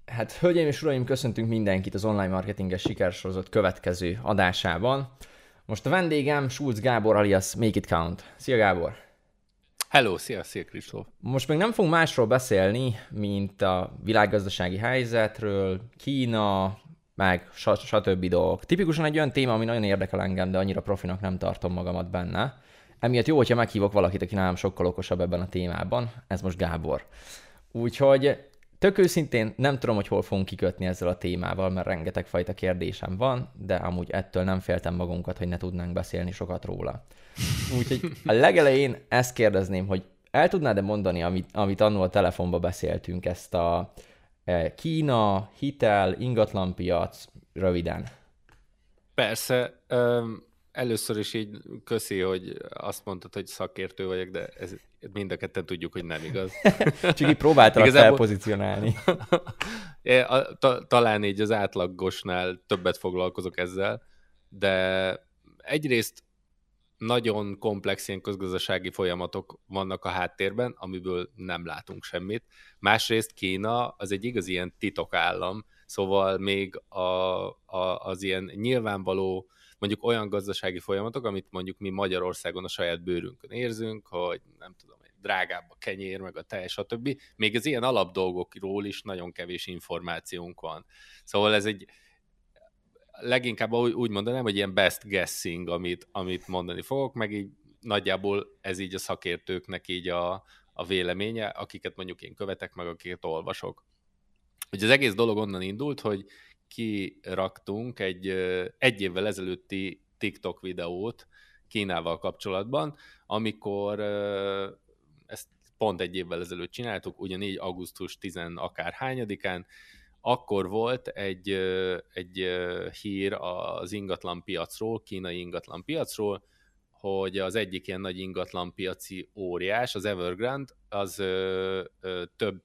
Hát, hölgyeim és uraim, köszöntünk mindenkit az online marketinges sikersorozat következő adásában. Most a vendégem Schulz Gábor alias Make It Count. Szia Gábor! Hello, szia Kristóf. Most még nem fogunk másról beszélni, mint a világgazdasági helyzetről, Kína, meg stb. Dolgok. Tipikusan egy olyan téma, ami nagyon érdekel engem, de annyira profinak nem tartom magamat benne. Emiatt jó, hogyha meghívok valakit, aki nálam sokkal okosabb ebben a témában. Ez most Gábor. Úgyhogy tök őszintén nem tudom, hogy hol fogunk kikötni ezzel a témával, mert rengeteg fajta kérdésem van, de amúgy ettől nem féltem magunkat, hogy ne tudnánk beszélni sokat róla. Úgyhogy a legelején ezt kérdezném, hogy el tudnád-e mondani, amit annól a telefonban beszéltünk, ezt a Kína, hitel, ingatlanpiac, röviden. Persze, először is így köszi, hogy azt mondtad, hogy szakértő vagyok, de ez mind a ketten tudjuk, hogy nem igaz. Csak így próbáltalak felpozícionálni. Talán így az átlagosnál többet foglalkozok ezzel, de egyrészt nagyon komplex ilyen közgazdasági folyamatok vannak a háttérben, amiből nem látunk semmit. Másrészt Kína az egy igaz ilyen titokállam, szóval még az ilyen nyilvánvaló, mondjuk olyan gazdasági folyamatok, amit mondjuk mi Magyarországon a saját bőrünkön érzünk, hogy nem tudom, drágább a kenyér, meg a tej, stb. Még az ilyen alapdolgokról is nagyon kevés információnk van. Szóval ez egy leginkább úgy mondanám, hogy ilyen best guessing, amit mondani fogok, meg így nagyjából ez így a szakértőknek így a véleménye, akiket mondjuk én követek, meg akiket olvasok. Ugye az egész dolog onnan indult, hogy kiraktunk egy évvel ezelőtti TikTok videót Kínával kapcsolatban, amikor ezt pont egy évvel ezelőtt csináltuk, ugyanígy augusztus 10 akárhányadikán, akkor volt egy hír az ingatlanpiacról, kínai ingatlanpiacról, hogy az egyik ilyen nagy ingatlanpiaci óriás, az Evergrande, az több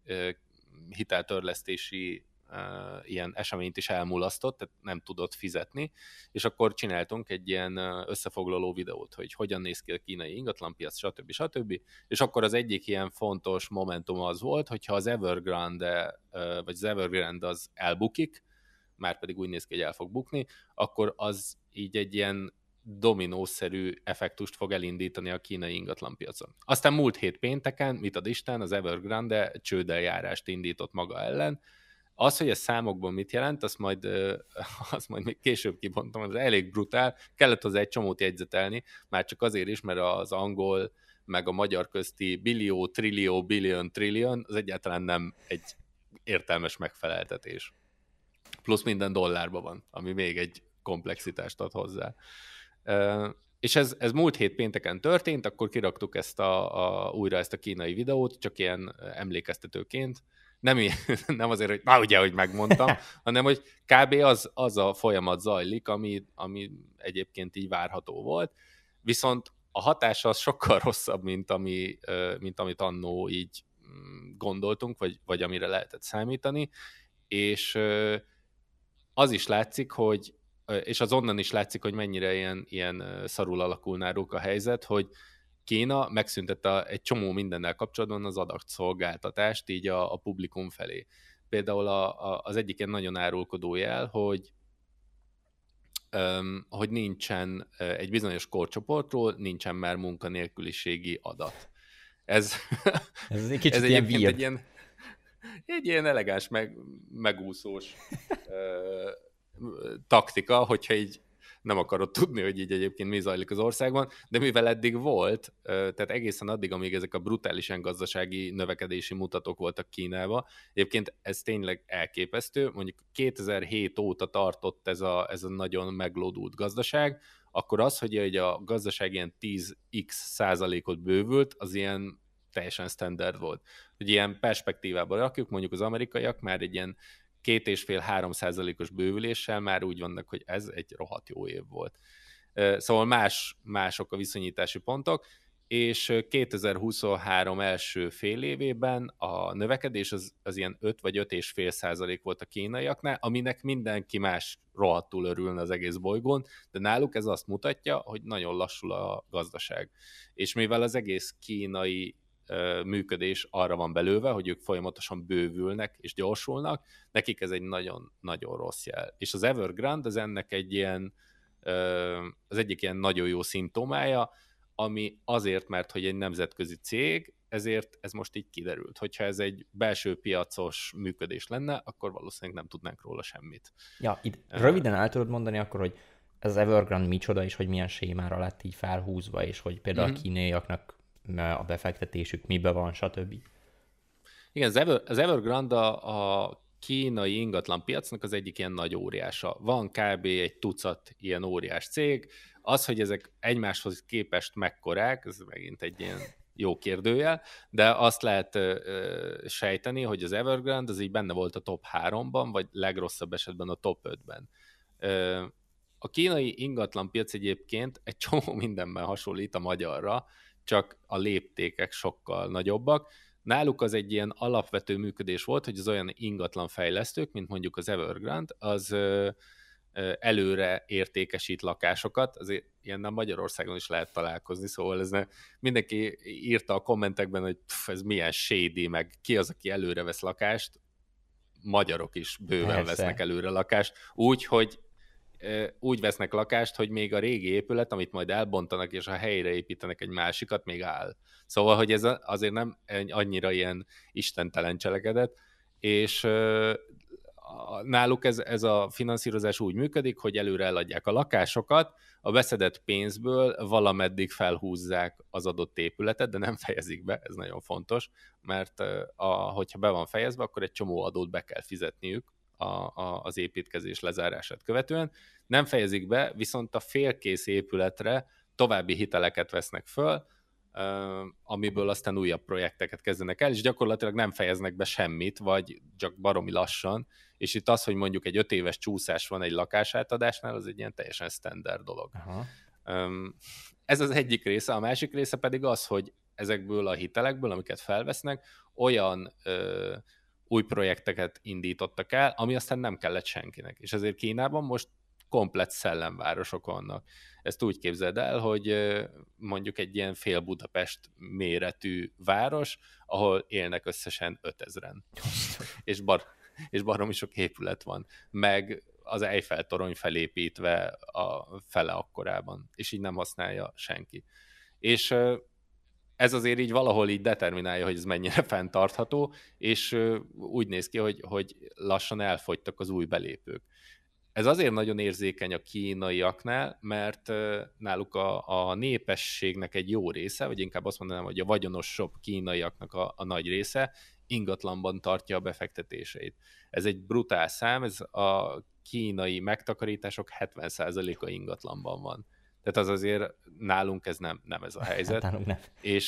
hiteltörlesztési ilyen eseményt is elmulasztott, tehát nem tudott fizetni, és akkor csináltunk egy ilyen összefoglaló videót, hogy hogyan néz ki a kínai ingatlanpiac, stb. És akkor az egyik ilyen fontos momentum az volt, hogyha az Evergrande, vagy az Evergrande az elbukik, már pedig úgy néz ki, hogy el fog bukni, akkor az így egy ilyen dominószerű effektust fog elindítani a kínai ingatlanpiacon. Aztán múlt hét pénteken, mit ad Isten, az Evergrande csődeljárást indított maga ellen. Az, hogy ez számokban mit jelent, azt majd még később kibontom, ez elég brutál, kellett hozzá egy csomót jegyzetelni, már csak azért is, mert az angol meg a magyar közti billió, trillió, billion, trillion, az egyáltalán nem egy értelmes megfeleltetés. Plusz minden dollárban van, ami még egy komplexitást ad hozzá. És ez múlt hét pénteken történt, akkor kiraktuk újra ezt a kínai videót, csak ilyen emlékeztetőként. Nem azért, hogy ugye, hogy megmondtam, hanem hogy kb. Az a folyamat zajlik, ami egyébként így várható volt. Viszont a hatása az sokkal rosszabb, mint amit annó így gondoltunk, vagy amire lehetett számítani. És az is látszik, hogy és az onnan is látszik, hogy mennyire ilyen szarul alakul náluk a helyzet, hogy Kína megszüntette egy csomó mindennel kapcsolatban az adatszolgáltatást így a publikum felé. Például az egyik ilyen nagyon árulkodó jel, hogy nincsen egy bizonyos korcsoportról, nincsen már munkanélküliségi adat. Ez egy kicsit ilyen weird. Egy ilyen elegáns, megúszós taktika, hogyha így nem akarod tudni, hogy így egyébként mi zajlik az országban, de mivel eddig volt, tehát egészen addig, amíg ezek a brutálisan gazdasági növekedési mutatók voltak Kínában, egyébként ez tényleg elképesztő, mondjuk 2007 óta tartott ez a nagyon meglódult gazdaság, akkor az, hogy a gazdaság ilyen 10x% bővült, az ilyen teljesen standard volt. Hogy ilyen perspektívába rakjuk, mondjuk az amerikaiak már egy ilyen 2,5-3%-os bővüléssel már úgy vannak, hogy ez egy rohadt jó év volt. Szóval mások a viszonyítási pontok, és 2023 első fél évében a növekedés az ilyen 5 vagy 5,5% volt a kínaiaknál, aminek mindenki más rohadtul örülne az egész bolygón, de náluk ez azt mutatja, hogy nagyon lassul a gazdaság. És mivel az egész kínai működés arra van belőve, hogy ők folyamatosan bővülnek és gyorsulnak, nekik ez egy nagyon-nagyon rossz jel. És az Evergrande az ennek egy ilyen, az egyik ilyen nagyon jó szimptomája, ami azért, mert hogy egy nemzetközi cég, ezért ez most így kiderült. Hogyha ez egy belső piacos működés lenne, akkor valószínűleg nem tudnánk róla semmit. Ja, itt röviden el tudod mondani akkor, hogy ez az Evergrande micsoda, és hogy milyen sémára lett így felhúzva, és hogy például a kínaiaknak a befektetésük mibe van, stb. Igen, az Evergrande a kínai ingatlan piacnak az egyik ilyen nagy óriása. Van kb. Egy tucat ilyen óriás cég. Az, hogy ezek egymáshoz képest mekkorák, ez megint egy ilyen jó kérdőjel, de azt lehet sejteni, hogy az Evergrande az így benne volt a top 3-ban, vagy legrosszabb esetben a top 5-ben. A kínai ingatlan piac egyébként egy csomó mindenben hasonlít a magyarra, csak a léptékek sokkal nagyobbak. Náluk az egy ilyen alapvető működés volt, hogy az olyan ingatlan fejlesztők, mint mondjuk az Evergrande, az előre értékesít lakásokat, azért ilyennel Magyarországon is lehet találkozni, szóval mindenki írta a kommentekben, hogy ez milyen shady, meg ki az, aki előre vesz lakást, magyarok is bőven vesznek előre lakást, úgy vesznek lakást, hogy még a régi épület, amit majd elbontanak, és a helyre építenek egy másikat, még áll. Szóval, hogy ez azért nem annyira ilyen istentelen cselekedet, és náluk ez a finanszírozás úgy működik, hogy előre eladják a lakásokat, a beszedett pénzből valameddig felhúzzák az adott épületet, de nem fejezik be, ez nagyon fontos, mert hogyha be van fejezve, akkor egy csomó adót be kell fizetniük az építkezés lezárását követően. Nem fejezik be, viszont a félkész épületre további hiteleket vesznek föl, amiből aztán újabb projekteket kezdenek el, és gyakorlatilag nem fejeznek be semmit, vagy csak baromi lassan, és itt az, hogy mondjuk egy 5 éves csúszás van egy lakásátadásnál, az egy ilyen teljesen standard dolog. Aha. Ez az egyik része, a másik része pedig az, hogy ezekből a hitelekből, amiket felvesznek, olyan új projekteket indítottak el, ami aztán nem kellett senkinek. És ezért Kínában most komplett szellemvárosok vannak. Ezt úgy képzeld el, hogy mondjuk egy ilyen fél Budapest méretű város, ahol élnek összesen 5000-en. és baromi sok épület van. Meg az Eiffel-torony felépítve a fele akkorában, és így nem használja senki. És ez azért így valahol így determinálja, hogy ez mennyire fenntartható, és úgy néz ki, hogy lassan elfogytak az új belépők. Ez azért nagyon érzékeny a kínaiaknál, mert náluk a népességnek egy jó része, vagy inkább azt mondanám, hogy a vagyonosabb kínaiaknak a nagy része ingatlanban tartja a befektetéseit. Ez egy brutál szám, ez a kínai megtakarítások 70%-a ingatlanban van. Tehát az azért nálunk ez nem ez a helyzet. Nálunk nem.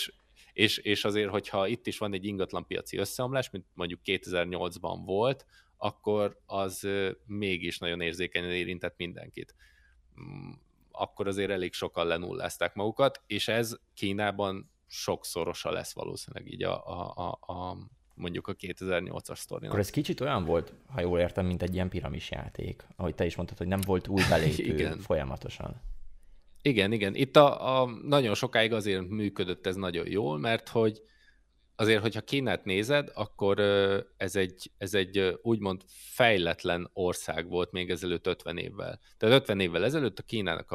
És azért, hogyha itt is van egy ingatlanpiaci összeomlás, mint mondjuk 2008-ban volt, akkor az mégis nagyon érzékenyen érintett mindenkit. Akkor azért elég sokan lenullázták magukat, és ez Kínában sokszorosa lesz valószínűleg így mondjuk a 2008-as sztorinak. Akkor ez kicsit olyan volt, ha jól értem, mint egy ilyen piramis játék, ahogy te is mondtad, hogy nem volt új belépő folyamatosan. Igen. Itt nagyon sokáig azért működött ez nagyon jól, mert hogy azért, hogyha Kínát nézed, akkor ez egy úgymond fejletlen ország volt még ezelőtt 50 évvel. Tehát 50 évvel ezelőtt a Kínának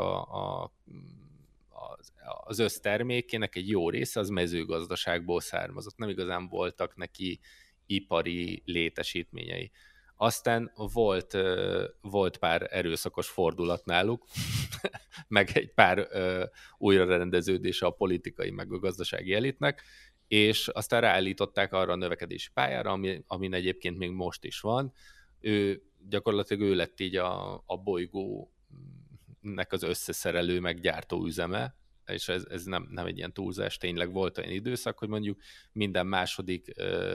az össztermékének egy jó része az mezőgazdaságból származott. Nem igazán voltak neki ipari létesítményei. Aztán volt pár erőszakos fordulat náluk, meg egy pár újrarendeződése a politikai, meg a gazdasági elitnek, és aztán ráállították arra a növekedési pályára, amin egyébként még most is van. Gyakorlatilag ő lett így a bolygónek az összeszerelő, meg gyártó üzeme, és ez nem egy ilyen túlzás, tényleg volt olyan időszak, hogy mondjuk minden második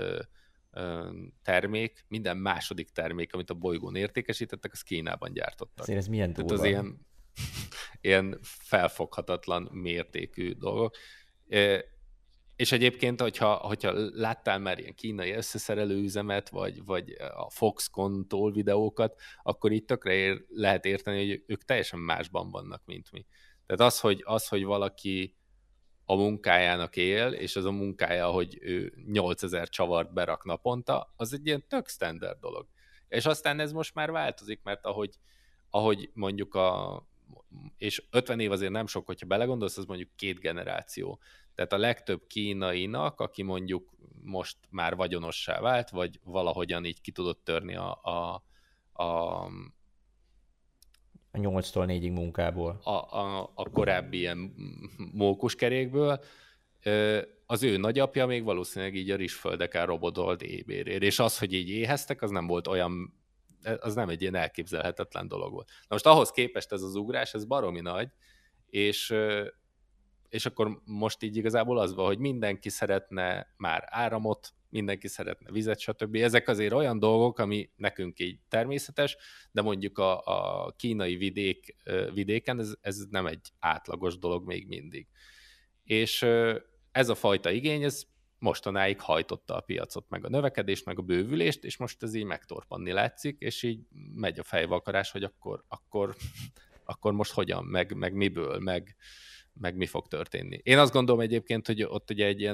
termék, amit a bolygón értékesítettek, az Kínában gyártottak. Azért ez milyen durva? Tehát az ilyen felfoghatatlan mértékű dolgok. És egyébként, hogyha láttál már ilyen kínai összeszerelő üzemet, vagy a Foxconn-tól videókat, akkor itt tökre lehet érteni, hogy ők teljesen másban vannak, mint mi. Tehát az, hogy valaki a munkájának él, és az a munkája, hogy ő 8000 csavart berak naponta, az egy ilyen tök standard dolog. És aztán ez most már változik, mert ahogy mondjuk és 50 év azért nem sok, hogyha belegondolsz, az mondjuk 2 generáció. Tehát a legtöbb kínainak, aki mondjuk most már vagyonossá vált, vagy valahogyan így ki tudott törni a 8-tól 4-ig munkából. A korábbi ilyen mókuskerékből, az ő nagyapja még valószínűleg így a rizsföldeken robodolt ébérér. És az, hogy így éheztek, az nem volt olyan, az nem egy ilyen elképzelhetetlen dolog volt. Na most ahhoz képest ez az ugrás, ez baromi nagy, és akkor most így igazából az van, hogy mindenki szeretne már áramot, mindenki szeretne vizet, stb. Ezek azért olyan dolgok, ami nekünk így természetes, de mondjuk a kínai vidéken ez nem egy átlagos dolog még mindig. És ez a fajta igény, ez mostanáig hajtotta a piacot, meg a növekedést, meg a bővülést, és most ez így megtorpanni látszik, és így megy a fejvakarás, hogy akkor most hogyan, meg miből, meg mi fog történni. Én azt gondolom egyébként, hogy ott ugye egy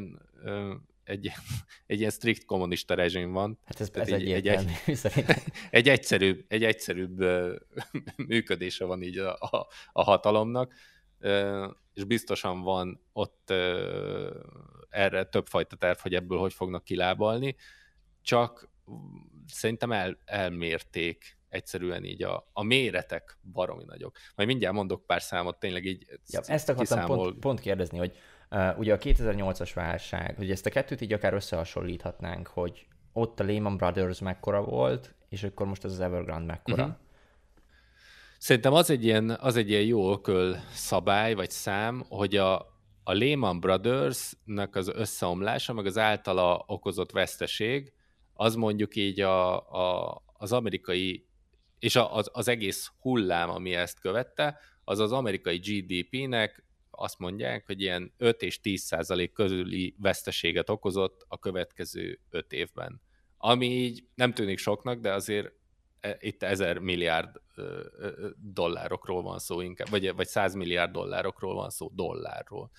ilyen strikt kommunista rezsim van. Hát ez egyértelmű, szerintem. Egy egyszerűbb működése van így a hatalomnak, és biztosan van ott erre többfajta terv, hogy ebből hogy fognak kilábalni, csak szerintem elmérték egyszerűen így a méretek baromi nagyok. Majd mindjárt mondok pár számot, tényleg így ezt akartam pont kérdezni, hogy ugye a 2008-as válság, hogy ezt a kettőt így akár összehasonlíthatnánk, hogy ott a Lehman Brothers mekkora volt, és akkor most az Evergrande mekkora. Uh-huh. Szerintem az egy ilyen jó ököl szabály, vagy szám, hogy a Lehman Brothers-nek az összeomlása, meg az általa okozott veszteség, az mondjuk így az amerikai, és az egész hullám, ami ezt követte, az amerikai GDP-nek azt mondják, hogy ilyen 5 és 10% közüli veszteséget okozott a következő 5 évben. Ami így nem tűnik soknak, de azért itt 1000 milliárd dollárokról van szó inkább, vagy 100 milliárd dollárokról van szó, dollárról.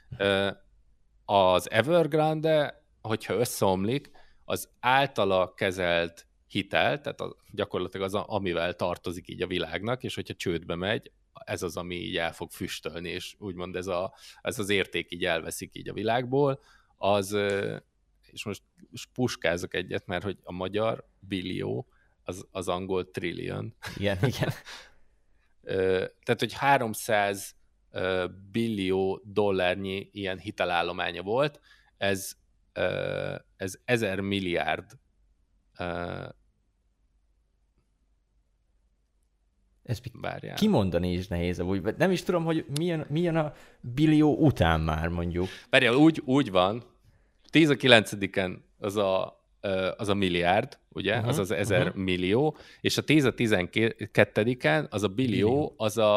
Az Evergrande, hogyha összeomlik, az általa kezelt hitel, tehát gyakorlatilag az, amivel tartozik így a világnak, és hogyha csődbe megy, ez az, ami így el fog füstölni, és úgymond ez az érték így elveszik így a világból, és most puskázok egyet, mert hogy a magyar billió, az angol trillion. Igen. Tehát, hogy 300 billió dollárnyi ilyen hitelállománya volt, ez 1000 milliárd ezt kimondani is nehéz, úgy. Nem is tudom, hogy milyen a billió után már mondjuk. Várjál, úgy van, 10-9-en az a milliárd, ugye, az 1000 millió, és a 10-12-en az a billió,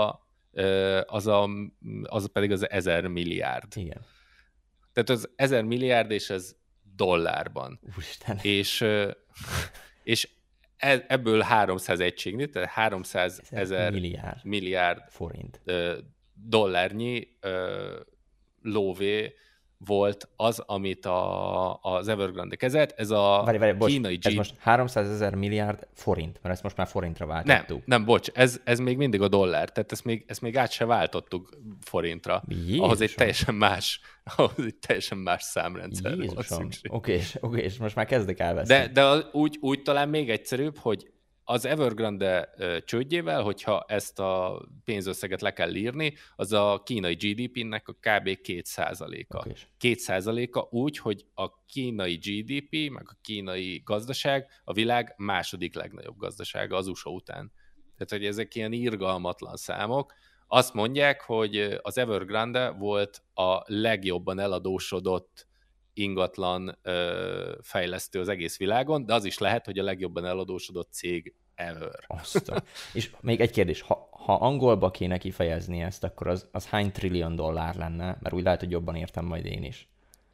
az pedig az 1000 milliárd. Igen. Tehát az 1000 milliárd, és ez dollárban. Úristen. És ebből 300 egységnyi, tehát 300 ezer milliárd forint dollárnyi lóvé volt az, amit az Evergrande kezelt. Ez a kínai ez most 300 000 milliárd forint, mert ezt most már forintra váltottuk. Nem, bocs, ez még mindig a dollár, tehát ezt még át se váltottuk forintra. Jézusom. Ahhoz egy teljesen más számrendszer volt szükség. Oké, és most már kezdek elveszni. De úgy talán még egyszerűbb, hogy az Evergrande csődjével, hogyha ezt a pénzösszeget le kell írni, az a kínai GDP-nek a kb. 2%-a. Okay. 2%-a úgy, hogy a kínai GDP, meg a kínai gazdaság a világ második legnagyobb gazdasága az USA után. Tehát, hogy ezek ilyen irgalmatlan számok. Azt mondják, hogy az Evergrande volt a legjobban eladósodott ingatlan fejlesztő az egész világon, de az is lehet, hogy a legjobban eladósodott cég ever. És még egy kérdés, ha angolba kéne kifejezni ezt, akkor az hány trillion dollár lenne? Mert úgy lehet, hogy jobban értem majd én is.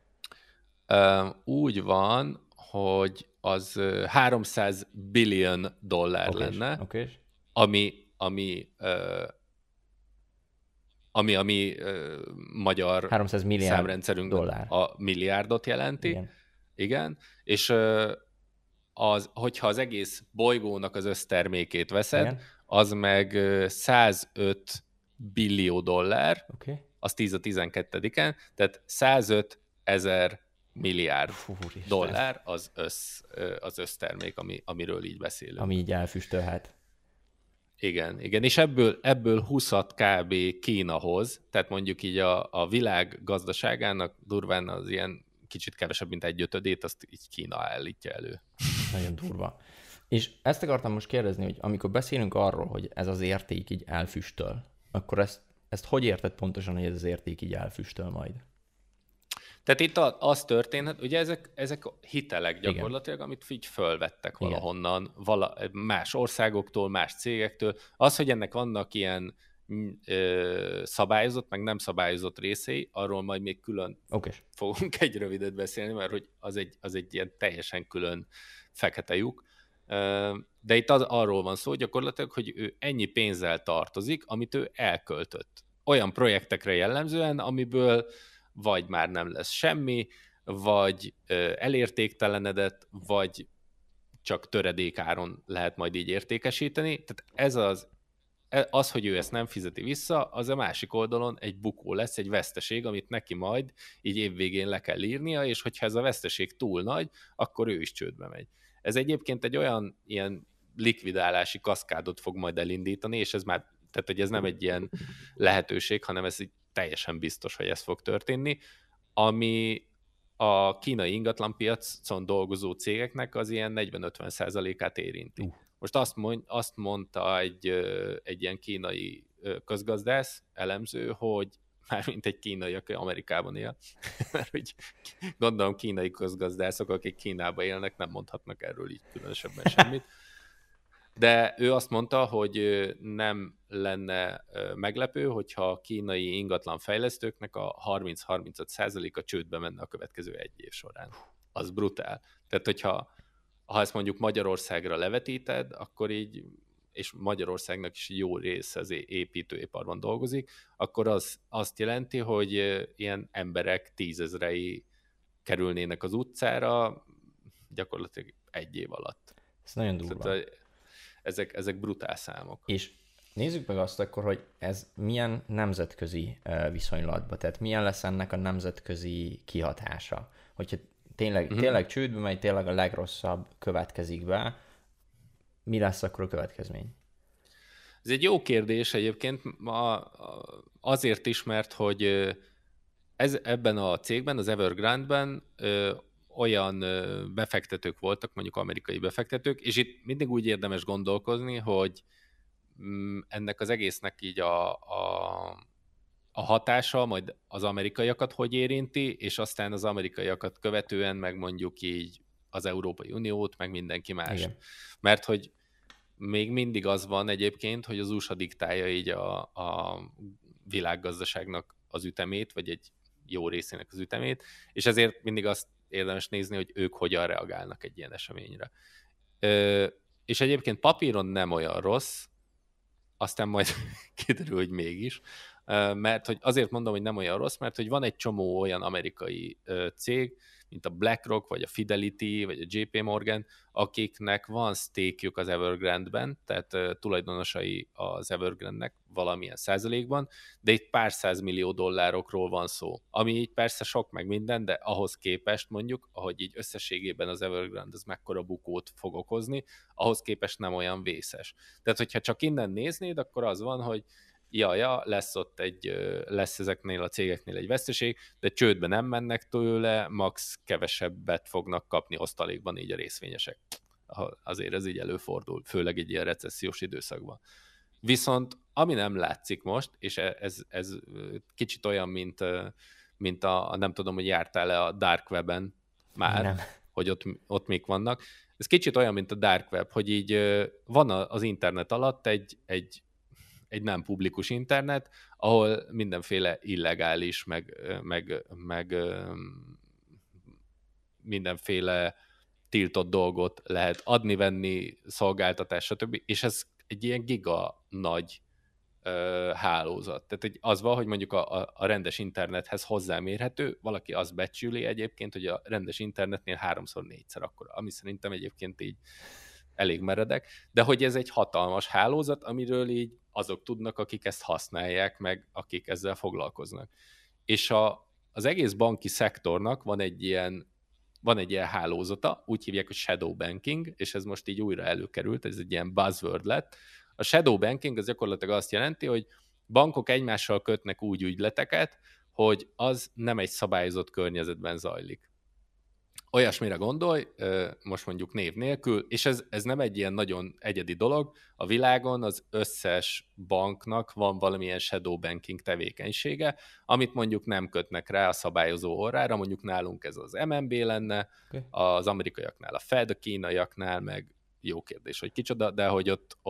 Úgy van, hogy az 300 billion dollár lenne, okés. ami ami magyar 300 milliárd számrendszerünkben dollár. a milliárdot jelenti. Igen. És hogyha az egész bolygónak az össztermékét veszed, igen, az meg 105 billió dollár, okay, az 10-12-en, tehát 105 000 milliárd dollár az össztermék, amiről így beszélünk. Ami így elfüstölhet. Igen, és ebből 20-at kb. Kína hoz, tehát mondjuk így a világ gazdaságának durván az ilyen kicsit kevesebb, mint 1/5, azt így Kína állítja elő. Nagyon durva. És ezt akartam most kérdezni, hogy amikor beszélünk arról, hogy ez az érték így elfüstöl, akkor ezt hogy érted pontosan, hogy ez az érték így elfüstöl majd? Tehát itt az történhet, ugye ezek hitelek gyakorlatilag, igen, amit így fölvettek valahonnan, más országoktól, más cégektől. Az, hogy ennek vannak ilyen szabályozott, meg nem szabályozott részei, arról majd még külön fogunk egy rövidet beszélni, mert hogy az egy ilyen teljesen külön fekete lyuk. De itt arról van szó gyakorlatilag, hogy ő ennyi pénzzel tartozik, amit ő elköltött. Olyan projektekre jellemzően, amiből vagy már nem lesz semmi, vagy elértéktelenedett, vagy csak töredékáron lehet majd így értékesíteni. Tehát az, hogy ő ezt nem fizeti vissza, az a másik oldalon egy bukó lesz, egy veszteség, amit neki majd így évvégén le kell írnia, és hogyha ez a veszteség túl nagy, akkor ő is csődbe megy. Ez egyébként egy olyan ilyen likvidálási kaszkádot fog majd elindítani, és ez már, tehát hogy ez nem egy ilyen lehetőség, hanem ez így teljesen biztos, hogy ez fog történni, ami a kínai ingatlanpiacon dolgozó cégeknek az ilyen 40-50%-át érinti. Most azt mondta egy ilyen kínai közgazdász, elemző, hogy mármint egy kínai, aki Amerikában él, mert hogy gondolom kínai közgazdászok, akik Kínában élnek, nem mondhatnak erről így különösebben semmit. De ő azt mondta, hogy nem lenne meglepő, hogyha a kínai ingatlanfejlesztőknek a 30-35%-a csődbe menne a következő egy év során. Az brutál. Tehát, hogyha ezt mondjuk Magyarországra levetíted, akkor így, és Magyarországnak is jó része az építőiparban dolgozik, akkor az azt jelenti, hogy ilyen emberek 10 000 kerülnének az utcára gyakorlatilag egy év alatt. Ez nagyon durva. Tehát, ezek brutál számok. És nézzük meg azt akkor, hogy ez milyen nemzetközi viszonylatban, tehát milyen lesz ennek a nemzetközi kihatása. Hogyha tényleg csődbe megy, tényleg a legrosszabb következik be, mi lesz akkor a következmény? Ez egy jó kérdés egyébként, azért is, mert hogy ebben a cégben, az Evergrande-ben olyan befektetők voltak, mondjuk amerikai befektetők, és itt mindig úgy érdemes gondolkozni, hogy ennek az egésznek így a hatása majd az amerikaiakat hogy érinti, és aztán az amerikaiakat követően meg mondjuk így az Európai Uniót, meg mindenki más. Igen. Mert hogy még mindig az van egyébként, hogy az USA diktálja így a világgazdaságnak az ütemét, vagy egy jó részének az ütemét, és ezért mindig azt érdemes nézni, hogy ők hogyan reagálnak egy ilyen eseményre. És egyébként papíron nem olyan rossz, aztán majd kiderül, hogy mégis, mert hogy azért mondom, hogy nem olyan rossz, mert hogy van egy csomó olyan amerikai cég, mint a BlackRock, vagy a Fidelity, vagy a JP Morgan, akiknek van stake-jük az Evergrande-ben, tehát tulajdonosai az Evergrande-nek valamilyen százalékban, de itt pár $100 millió van szó, ami így persze sok meg minden, de ahhoz képest mondjuk, ahogy így összességében az Evergrande az mekkora bukót fog okozni, ahhoz képest nem olyan vészes. Tehát, hogyha csak innen néznéd, akkor az van, hogy lesz ezeknél a cégeknél egy veszteség, de csődbe nem mennek tőle, max kevesebbet fognak kapni osztalékban így a részvényesek. Azért ez így előfordul, főleg egy ilyen recessziós időszakban. Viszont ami nem látszik most, és ez kicsit olyan, mint nem tudom, hogy jártál-e a Dark Web-en már, nem. Hogy ott még vannak. Ez kicsit olyan, mint a Dark Web, hogy így van az internet alatt egy nem publikus internet, ahol mindenféle illegális, meg mindenféle tiltott dolgot lehet adni, venni, szolgáltatás, stb. És ez egy ilyen giga nagy hálózat. Tehát hogy az van, hogy mondjuk a rendes internethez hozzámérhető, valaki azt becsüli egyébként, hogy a rendes internetnél 3-4-szer akkora, ami szerintem egyébként így elég meredek, de hogy ez egy hatalmas hálózat, amiről így azok tudnak, akik ezt használják, meg akik ezzel foglalkoznak. És az egész banki szektornak van egy ilyen hálózata, úgy hívják, hogy shadow banking, és ez most így újra előkerült, ez egy ilyen buzzword lett. A shadow banking az gyakorlatilag azt jelenti, hogy bankok egymással kötnek úgy ügyleteket, hogy az nem egy szabályozott környezetben zajlik. Olyasmire gondolj, most mondjuk név nélkül, és ez nem egy ilyen nagyon egyedi dolog, a világon az összes banknak van valamilyen shadow banking tevékenysége, amit mondjuk nem kötnek rá a szabályozó orrára, mondjuk nálunk ez az MNB lenne, okay. Az amerikaiaknál a Fed, a kínaiaknál meg jó kérdés, hogy kicsoda, de hogy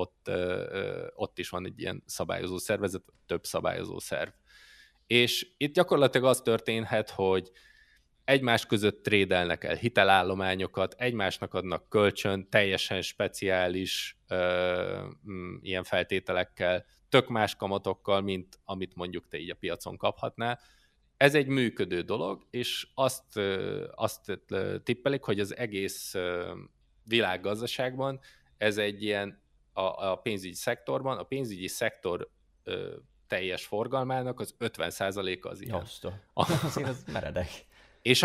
ott is van egy ilyen szabályozó szervezet, több szabályozó szerv. És itt gyakorlatilag az történhet, hogy egymás között trédelnek el hitelállományokat, egymásnak adnak kölcsön, teljesen speciális ilyen feltételekkel, tök más kamatokkal, mint amit mondjuk te így a piacon kaphatnál. Ez egy működő dolog, és azt tippelik, hogy az egész világgazdaságban ez egy ilyen a pénzügyi szektorban, a pénzügyi szektor teljes forgalmának az 50%-a az ilyen. Azért az meredek. És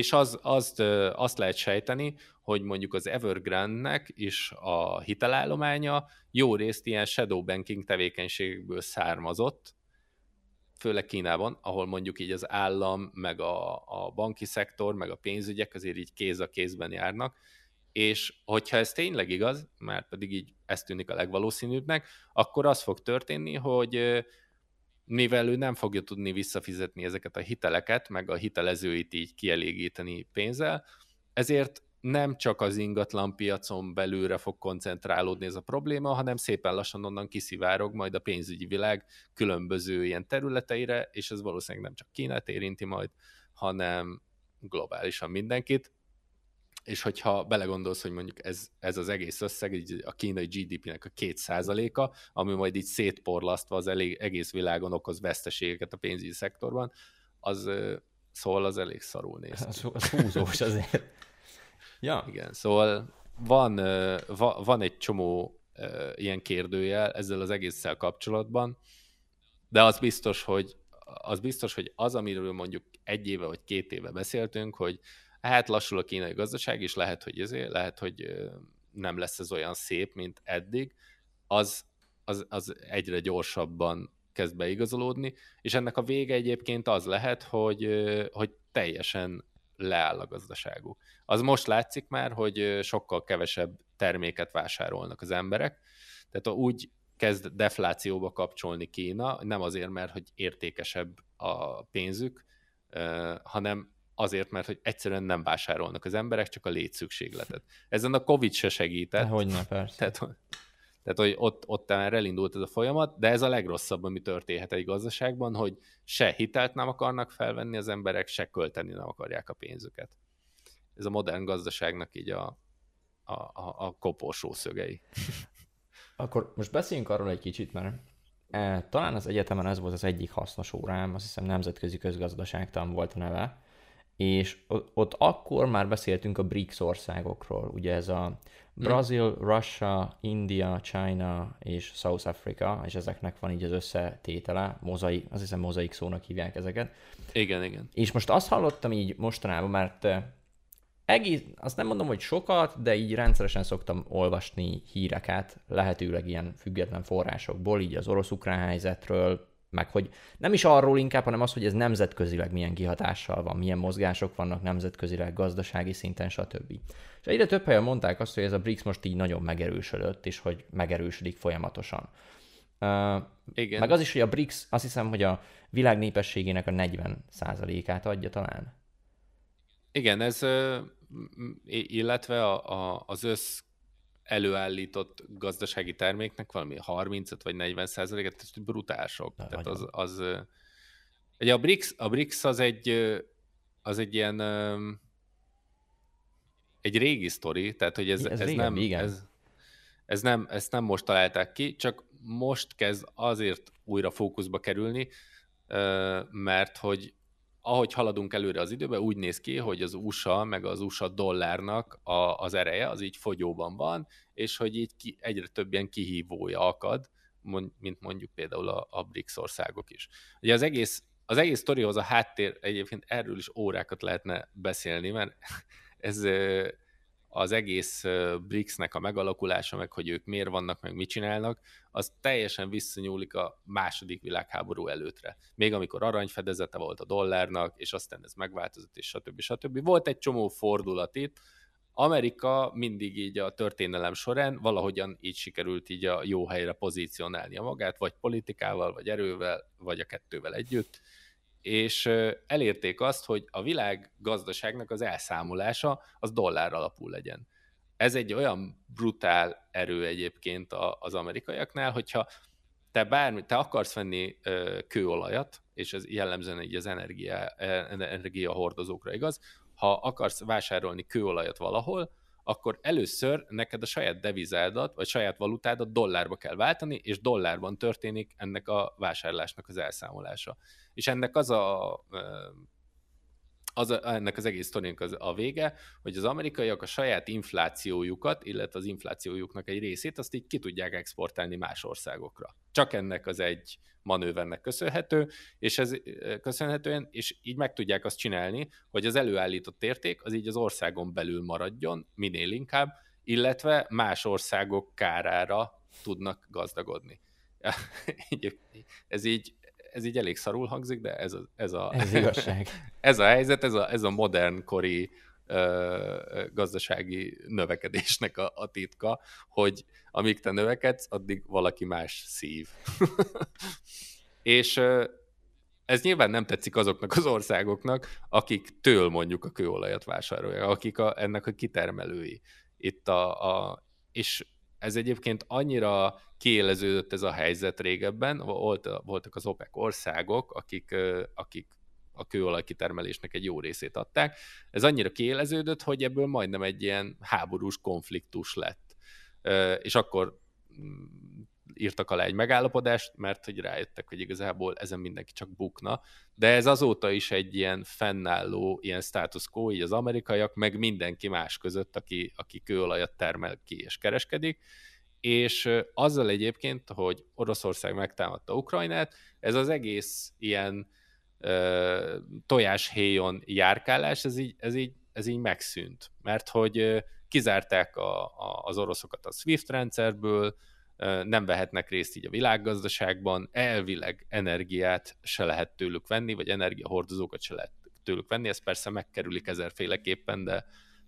azt lehet sejteni, hogy mondjuk az Evergrande-nek is a hitelállománya jó részt ilyen shadow banking tevékenységből származott, főleg Kínában, ahol mondjuk így az állam, meg a banki szektor, meg a pénzügyek azért így kéz a kézben járnak, és hogyha ez tényleg igaz, már pedig így ez tűnik a legvalószínűbbnek, akkor az fog történni, hogy mivel ő nem fogja tudni visszafizetni ezeket a hiteleket, meg a hitelezőit így kielégíteni pénzzel, ezért nem csak az ingatlan piacon belülre fog koncentrálódni ez a probléma, hanem szépen lassan onnan kiszivárog majd a pénzügyi világ különböző ilyen területeire, és ez valószínűleg nem csak Kínát érinti majd, hanem globálisan mindenkit. És hogyha belegondolsz, hogy mondjuk ez az egész összeg, a kínai GDP-nek a 2%-a, ami majd így szétporlasztva az egész világon okoz veszteségeket a pénzügyi szektorban, szóval az elég szarul néz ki. Az húzós azért. Ja. Igen, szóval van egy csomó ilyen kérdőjel ezzel az egésszel kapcsolatban, de az biztos, hogy az, amiről mondjuk 1 éve vagy 2 éve beszéltünk, hogy hát lassul a kínai gazdaság, és lehet, hogy nem lesz ez olyan szép, mint eddig, az egyre gyorsabban kezd beigazolódni, és ennek a vége egyébként az lehet, hogy teljesen leáll a gazdaságuk. Az most látszik már, hogy sokkal kevesebb terméket vásárolnak az emberek, tehát úgy kezd deflációba kapcsolni Kína, nem azért, mert hogy értékesebb a pénzük, hanem azért, mert hogy egyszerűen nem vásárolnak az emberek, csak a létszükségletet. Ezen a Covid se segített. Hogyne, persze. Tehát hogy ott már elindult ez a folyamat, de ez a legrosszabb, ami történhet egy gazdaságban, hogy se hitelt nem akarnak felvenni az emberek, se költeni nem akarják a pénzüket. Ez a modern gazdaságnak így a koporsó szögei. Akkor most beszéljünk arról egy kicsit, mert talán az egyetemen ez volt az egyik hasznos órám, azt hiszem nemzetközi közgazdaságtan volt a neve, és ott akkor már beszéltünk a BRICS országokról, ugye ez a Brazil, Russia, India, China és South Africa, és ezeknek van így az összetétele, azt hiszem mozaik szónak hívják ezeket. Igen. És most azt hallottam így mostanában, mert azt nem mondom, hogy sokat, de így rendszeresen szoktam olvasni híreket, lehetőleg ilyen független forrásokból, így az orosz-ukrán helyzetről, meg hogy nem is arról inkább, hanem az, hogy ez nemzetközileg milyen kihatással van, milyen mozgások vannak nemzetközileg, gazdasági szinten, stb. És egyre több helyen mondták azt, hogy ez a BRICS most így nagyon megerősödött, és hogy megerősödik folyamatosan. Igen. Meg az is, hogy a BRICS azt hiszem, hogy a világ népességének a 40%-át adja talán. Igen, ez illetve az előállított gazdasági terméknek valami 35 vagy 40%-et, ez brutál sok. Tehát ugye a BRICS az egy ilyen egy régi sztori, tehát hogy ezt nem most találták ki, csak most kezd azért újra fókuszba kerülni, mert hogy ahogy haladunk előre az időben, úgy néz ki, hogy az USA meg az USA dollárnak az ereje az így fogyóban van, és hogy így egyre több ilyen kihívója akad, mint mondjuk például a BRICS országok is. Ugye az egész sztorihoz a háttér, egyébként erről is órákat lehetne beszélni, mert ez az egész BRICS-nek a megalakulása, meg hogy ők miért vannak, meg mit csinálnak, az teljesen visszanyúlik a második világháború előttre. Még amikor aranyfedezete volt a dollárnak, és aztán ez megváltozott, és stb. Volt egy csomó fordulat itt. Amerika mindig így a történelem során valahogyan így sikerült így a jó helyre pozícionálnia magát, vagy politikával, vagy erővel, vagy a kettővel együtt, és elérték azt, hogy a világ gazdaságnak az elszámolása az dollár alapú legyen. Ez egy olyan brutál erő egyébként az amerikaiaknál, hogyha te akarsz venni kőolajat, és ez jellemzően így az energiahordozókra igaz, ha akarsz vásárolni kőolajat valahol, akkor először neked a saját devizádat, vagy saját valutádat dollárba kell váltani, és dollárban történik ennek a vásárlásnak az elszámolása. És ennek ennek az egész sztorinak a vége, hogy az amerikaiak a saját inflációjukat, illetve az inflációjuknak egy részét, azt így ki tudják exportálni más országokra. Csak ennek az egy manővernek köszönhető, és ez köszönhetően, és így meg tudják azt csinálni, hogy az előállított érték az így az országon belül maradjon, minél inkább, illetve más országok kárára tudnak gazdagodni. Ez így elég szarul hangzik, de ez igazság. Ez a helyzet, ez a modernkori gazdasági növekedésnek a titka, hogy amíg te növekedsz, addig valaki más szív. És ez nyilván nem tetszik azoknak az országoknak, akiktől mondjuk a kőolajat vásárolják, akik ennek a kitermelői. És ez egyébként annyira kiéleződött ez a helyzet régebben, voltak az OPEC országok, akik a kőolaj kitermelésnek egy jó részét adták. Ez annyira kiéleződött, hogy ebből majdnem egy ilyen háborús konfliktus lett. És akkor írtak alá egy megállapodást, mert hogy rájöttek, hogy igazából ezen mindenki csak bukna. De ez azóta is egy ilyen fennálló, ilyen status quo, így az amerikaiak, meg mindenki más között, aki kőolajat termel ki és kereskedik. És azzal egyébként, hogy Oroszország megtámadta Ukrajnát, ez az egész ilyen tojáshéjon járkálás, ez így megszűnt. Mert hogy kizárták az oroszokat a SWIFT rendszerből, nem vehetnek részt így a világgazdaságban, elvileg energiát se lehet tőlük venni, vagy energiahordozókat se lehet tőlük venni, ez persze megkerülik ezerféleképpen,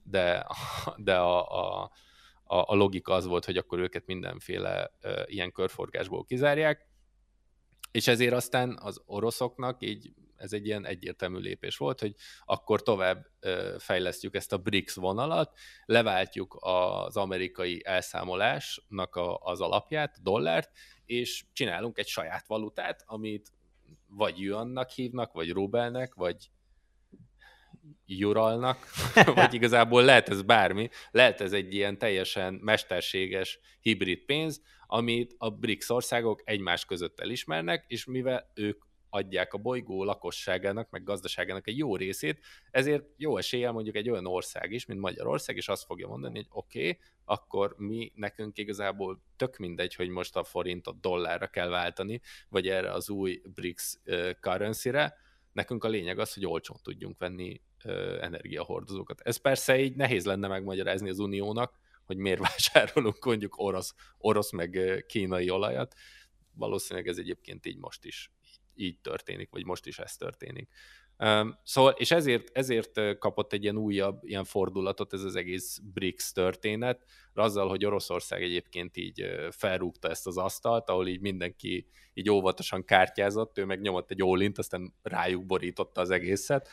de a logika az volt, hogy akkor őket mindenféle ilyen körforgásból kizárják, és ezért aztán az oroszoknak így ez egy ilyen egyértelmű lépés volt, hogy akkor tovább fejlesztjük ezt a BRICS vonalat, leváltjuk az amerikai elszámolásnak az alapját, a dollárt, és csinálunk egy saját valutát, amit vagy yuannak hívnak, vagy rubelnek, vagy juralnak, vagy igazából lehet ez bármi, lehet ez egy ilyen teljesen mesterséges hibrid pénz, amit a BRICS országok egymás között elismernek, és mivel ők adják a bolygó lakosságának, meg gazdaságának egy jó részét, ezért jó eséllyel mondjuk egy olyan ország is, mint Magyarország, és azt fogja mondani, hogy oké, akkor nekünk igazából tök mindegy, hogy most a forintot dollárra kell váltani, vagy erre az új BRICS currency-re, nekünk a lényeg az, hogy olcsón tudjunk venni energiahordozókat. Ez persze így nehéz lenne megmagyarázni az Uniónak, hogy miért vásárolunk mondjuk orosz meg kínai olajat. Valószínűleg ez egyébként így most is így történik, vagy most is ez történik. Szóval, és ezért kapott egy ilyen újabb ilyen fordulatot ez az egész BRICS történet, azzal, hogy Oroszország egyébként így felrúgta ezt az asztalt, ahol így mindenki így óvatosan kártyázott, ő meg nyomott egy all-int, aztán rájuk borította az egészet.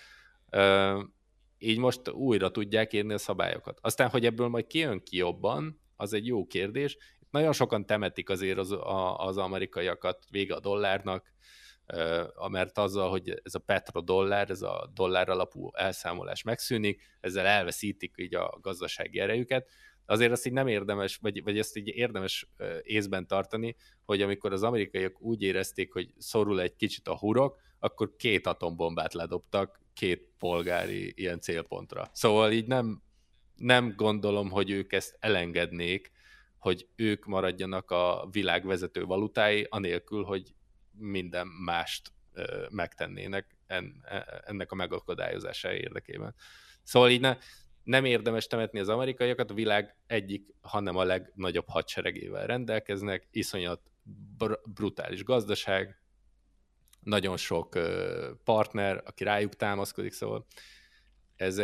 Így most újra tudják írni a szabályokat. Aztán, hogy ebből majd kijön ki jobban, az egy jó kérdés. Nagyon sokan temetik azért az amerikaiakat vége a dollárnak, mert azzal, hogy ez a petrodollár, ez a dollár alapú elszámolás megszűnik, ezzel elveszítik így a gazdasági erejüket, azért azt így nem érdemes, vagy ezt így érdemes észben tartani, hogy amikor az amerikaiak úgy érezték, hogy szorul egy kicsit a hurok, akkor 2 atombombát ledobtak 2 polgári ilyen célpontra. Szóval így nem gondolom, hogy ők ezt elengednék, hogy ők maradjanak a világ vezető valutái, anélkül, hogy minden mást megtennének ennek a megakadályozása érdekében. Szóval így nem érdemes temetni az amerikaiakat, a világ egyik, hanem a legnagyobb hadseregével rendelkeznek, iszonyat brutális gazdaság, nagyon sok partner, aki rájuk támaszkodik, szóval ez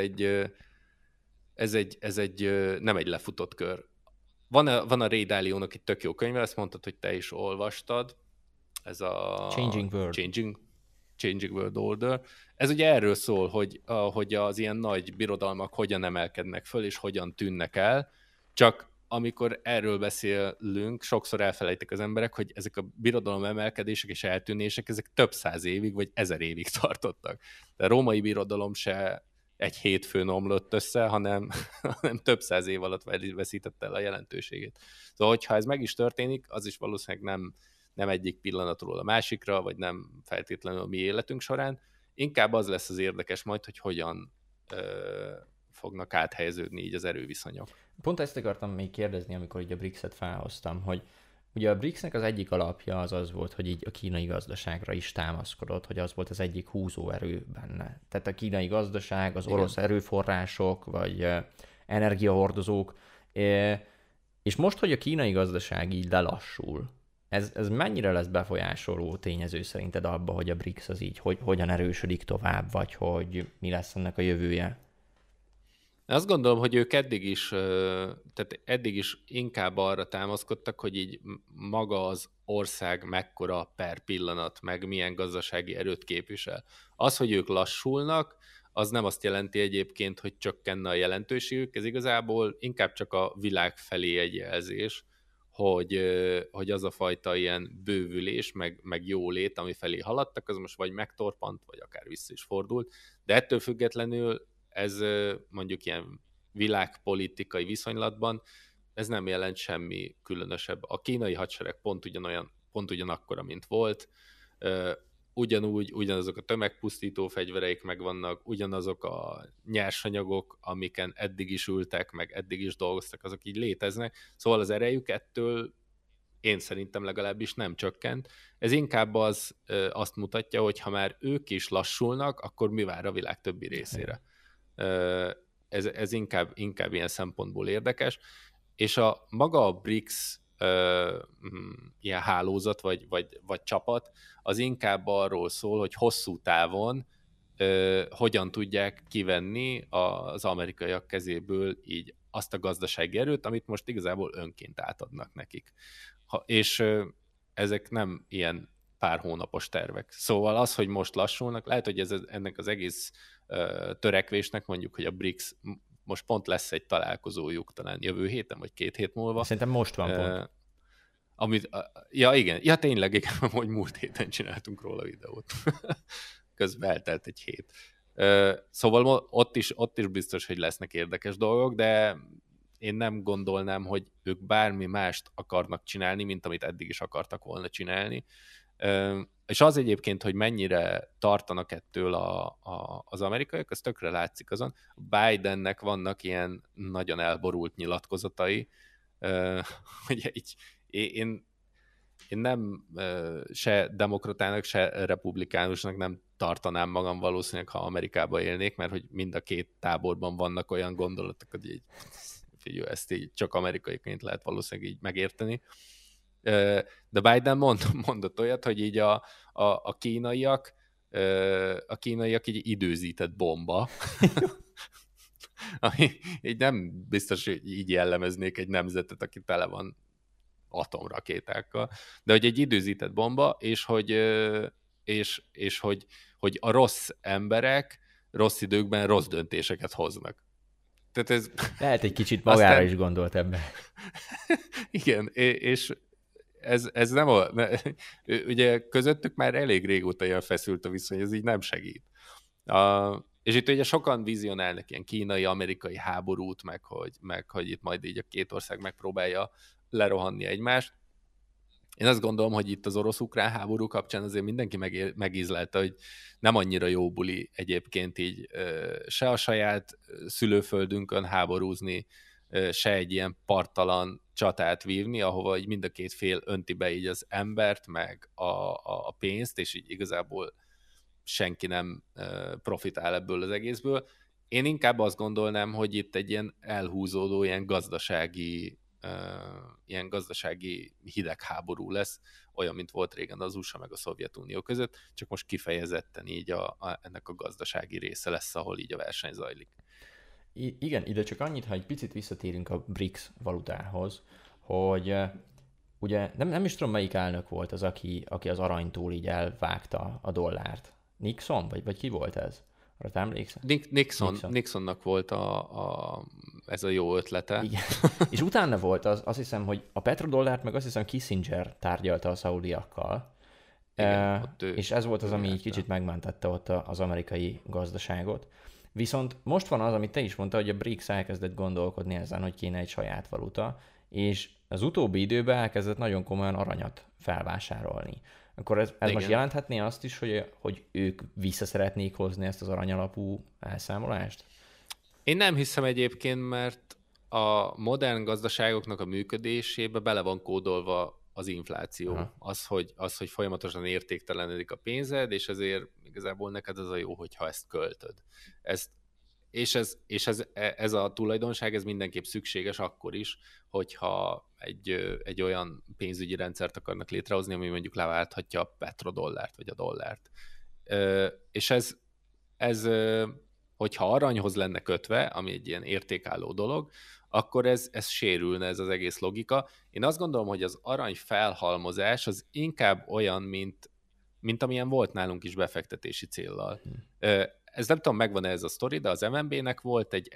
nem egy lefutott kör. Van a Ray Dalio-nak egy tök jó könyve, ezt mondtad, hogy te is olvastad, ez a Changing World. Changing World Order. Ez ugye erről szól, hogy az ilyen nagy birodalmak hogyan emelkednek föl, és hogyan tűnnek el, csak amikor erről beszélünk, sokszor elfelejtik az emberek, hogy ezek a birodalom emelkedések és eltűnések, ezek több 100 évig, vagy 1000 évig tartottak. De a római birodalom se egy hétfőn omlott össze, hanem több 100 év alatt veszítette el a jelentőségét. Szóval, hogyha ez meg is történik, az is valószínűleg nem egyik pillanatról a másikra, vagy nem feltétlenül a mi életünk során. Inkább az lesz az érdekes majd, hogy hogyan fognak áthelyeződni így az erőviszonyok. Pont ezt akartam még kérdezni, amikor így a BRICS-et felhoztam, hogy ugye a BRICS-nek az egyik alapja az volt, hogy így a kínai gazdaságra is támaszkodott, hogy az volt az egyik húzóerő benne. Tehát a kínai gazdaság, az orosz erőforrások, vagy energiahordozók, és most, hogy a kínai gazdaság így lelassul, ez mennyire lesz befolyásoló tényező szerinted abba, hogy a BRICS az így hogyan erősödik tovább, vagy hogy mi lesz ennek a jövője? Azt gondolom, hogy ők eddig is inkább arra támaszkodtak, hogy így maga az ország mekkora per pillanat, meg milyen gazdasági erőt képvisel. Az, hogy ők lassulnak, az nem azt jelenti egyébként, hogy csökkenne a jelentőségük, ez igazából inkább csak a világ felé egy jelzés, hogy az a fajta ilyen bővülés, meg jólét, ami felé haladtak, az most vagy megtorpant, vagy akár vissza is fordult, de ettől függetlenül ez mondjuk ilyen világpolitikai viszonylatban, ez nem jelent semmi különösebb. A kínai hadsereg pont ugyanakkora, mint volt, ugyanazok a tömegpusztító fegyvereik megvannak, ugyanazok a nyersanyagok, amiken eddig is ültek, meg eddig is dolgoztak, azok így léteznek. Szóval az erejük ettől én szerintem legalábbis nem csökkent. Ez inkább azt mutatja, hogy ha már ők is lassulnak, akkor mi vár a világ többi részére. Ez inkább ilyen szempontból érdekes. És maga a BRICS ilyen hálózat vagy csapat, az inkább arról szól, hogy hosszú távon hogyan tudják kivenni az amerikaiak kezéből így azt a gazdasági erőt, amit most igazából önként átadnak nekik. És ezek nem ilyen pár hónapos tervek. Szóval az, hogy most lassulnak, lehet, hogy ennek az egész törekvésnek, mondjuk, hogy a BRICS most pont lesz egy találkozójuk talán jövő héten, vagy 2 hét múlva. Szerintem most van pont. Ja, igen, tényleg, hogy múlt héten csináltunk róla videót. Közben eltelt egy hét. Szóval ott is biztos, hogy lesznek érdekes dolgok, de én nem gondolnám, hogy ők bármi mást akarnak csinálni, mint amit eddig is akartak volna csinálni. És az egyébként, hogy mennyire tartanak ettől az amerikaiak, az tökre látszik azon. Bidennek vannak ilyen nagyon elborult nyilatkozatai, hogy én nem se demokratának, se republikánusnak nem tartanám magam valószínűleg, ha Amerikába élnék, mert hogy mind a két táborban vannak olyan gondolatok, hogy így, figyelj, ezt így csak amerikaiként lehet valószínűleg így megérteni. De Biden mondott olyat, hogy így a kínaiak egy időzített bomba, ami így nem biztos, hogy így jellemeznék egy nemzetet, aki tele van atomrakétákkal, de hogy egy időzített bomba, és hogy a rossz emberek rossz időkben rossz döntéseket hoznak. Tehát ez... Lehet egy kicsit magára is gondolt ebben. Igen, és ez nem ugye közöttük már elég régóta ilyen feszült a viszony, ez így nem segít. És itt ugye sokan vizionálnak ilyen kínai-amerikai háborút, meg hogy itt majd így a két ország megpróbálja lerohanni egymást. Én azt gondolom, hogy itt az orosz-ukrán háború kapcsán azért mindenki megízlelte, hogy nem annyira jó buli egyébként így se a saját szülőföldünkön háborúzni, se egy ilyen parttalan csatát vívni, ahova így mind a két fél önti be így az embert, meg a pénzt, és így igazából senki nem profitál ebből az egészből. Én inkább azt gondolnám, hogy itt egy ilyen elhúzódó, ilyen gazdasági hidegháború lesz, olyan, mint volt régen az USA meg a Szovjetunió között, csak most kifejezetten így ennek a gazdasági része lesz, ahol így a verseny zajlik. Igen, ide csak annyit, ha egy picit visszatérünk a BRICS valutához, hogy ugye nem is tudom, melyik elnök volt az, aki az aranytól így elvágta a dollárt. Nixon? Vagy ki volt ez? Arra te emlékszel? Nixonnak volt ez a jó ötlete. Igen. És utána volt azt hiszem, hogy a petrodollárt meg azt hiszem Kissinger tárgyalta a szaudiakkal. Igen, és ez volt az, ami így kicsit megmentette ott az amerikai gazdaságot. Viszont most van az, amit te is mondtad, hogy a BRICS elkezdett gondolkodni ezen, hogy kéne egy saját valuta, és az utóbbi időben elkezdett nagyon komolyan aranyat felvásárolni. Akkor ez most jelenthetné azt is, hogy ők vissza szeretnék hozni ezt az aranyalapú elszámolást? Én nem hiszem egyébként, mert a modern gazdaságoknak a működésébe bele van kódolva az infláció. Az, hogy folyamatosan értéktelenedik a pénzed, és ezért igazából neked az a jó, hogyha ezt költöd. Ez a tulajdonság, ez mindenképp szükséges akkor is, hogyha egy olyan pénzügyi rendszert akarnak létrehozni, ami mondjuk leválthatja a petrodollárt, vagy a dollárt. És ez hogyha aranyhoz lenne kötve, ami egy ilyen értékálló dolog, akkor ez sérülne, ez az egész logika. Én azt gondolom, hogy az arany felhalmozás az inkább olyan, mint amilyen volt nálunk is befektetési céllal. Ez nem tudom, megvan-e ez a sztori, de az MNB-nek volt egy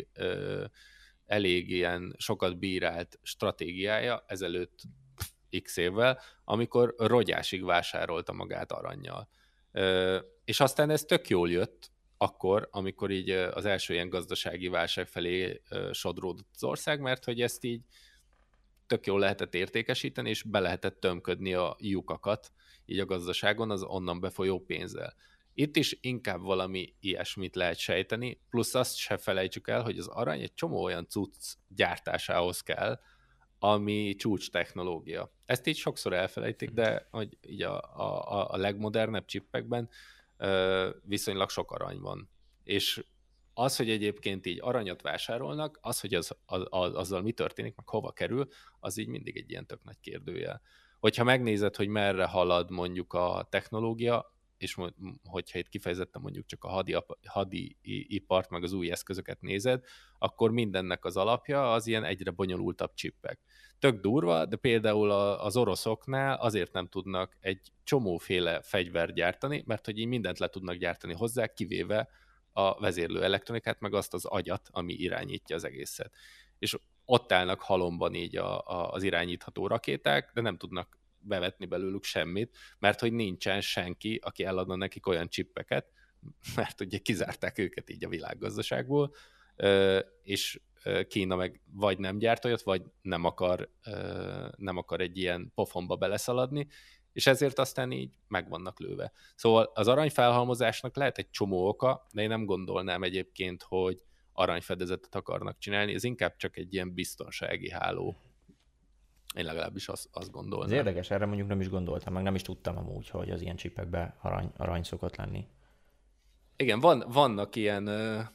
elég ilyen sokat bírált stratégiája ezelőtt x évvel, amikor rogyásig vásárolta magát arannyal. És aztán ez tök jól jött, akkor, amikor így az első ilyen gazdasági válság felé sodródott az ország, mert hogy ezt így tök jól lehetett értékesíteni, és be lehetett tömködni a lyukakat így a gazdaságon az onnan befolyó pénzzel. Itt is inkább valami ilyesmit lehet sejteni, plusz azt se felejtsük el, hogy az arany egy csomó olyan cucc gyártásához kell, ami csúcs technológia. Ezt így sokszor elfelejtik, de hogy így a legmodernebb csippekben viszonylag sok arany van. És az, hogy egyébként így aranyat vásárolnak, az, hogy azzal mi történik, meg hova kerül, az így mindig egy ilyen tök nagy kérdőjel. Hogyha megnézed, hogy merre halad mondjuk a technológia, és hogyha itt kifejezetten mondjuk csak a hadipart, meg az új eszközöket nézed, akkor mindennek az alapja az ilyen egyre bonyolultabb csippek. Tök durva, de például az oroszoknál azért nem tudnak egy csomóféle fegyvert gyártani, mert hogy így mindent le tudnak gyártani hozzá, kivéve a vezérlő elektronikát, meg azt az agyat, ami irányítja az egészet. És ott állnak halomban így az irányítható rakéták, de nem tudnak bevetni belőlük semmit, mert hogy nincsen senki, aki eladna nekik olyan csippeket, mert ugye kizárták őket így a világgazdaságból, és Kína meg vagy nem gyárt olyat, vagy nem akar egy ilyen pofonba beleszaladni, és ezért aztán így meg vannak lőve. Szóval az aranyfelhalmozásnak lehet egy csomó oka, de én nem gondolnám egyébként, hogy aranyfedezetet akarnak csinálni, ez inkább csak egy ilyen biztonsági háló. Én legalábbis azt gondolnám. Ez érdekes, erre mondjuk nem is gondoltam, meg nem is tudtam amúgy, hogy az ilyen csipekben arany szokott lenni. Igen, vannak ilyen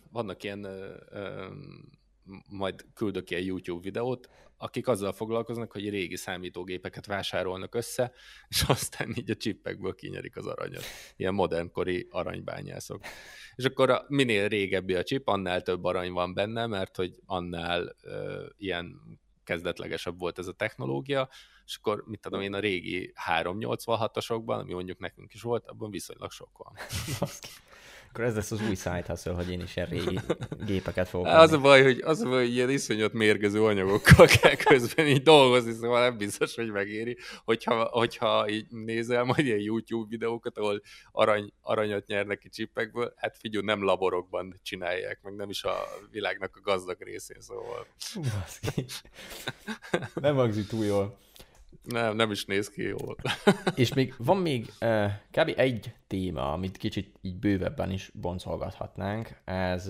majd küldök ilyen YouTube videót, akik azzal foglalkoznak, hogy régi számítógépeket vásárolnak össze, és aztán így a csippekből kinyerik az aranyat. Ilyen modernkori aranybányászok. És akkor minél régebbi a csip, annál több arany van benne, mert hogy annál ilyen kezdetlegesebb volt ez a technológia, és akkor, mit tudom én, a régi 386-osokban, ami mondjuk nekünk is volt, abban viszonylag sok van. Akkor ez lesz az új side hustle, hogy én is ilyen régi gépeket fogok Az a baj, hogy ilyen iszonyat mérgező anyagokkal kell közben így dolgozni, szóval nem biztos, hogy megéri. Hogyha így nézel majd ilyen YouTube videókat, ahol aranyat nyernek ki csippekből, hát figyelj, nem laborokban csinálják, meg nem is a világnak a gazdag részén, szóval. Nem hangzik túl jól. Nem is néz ki jól. És van még kb. Egy téma, amit kicsit így bővebben is boncolgathatnánk. Ez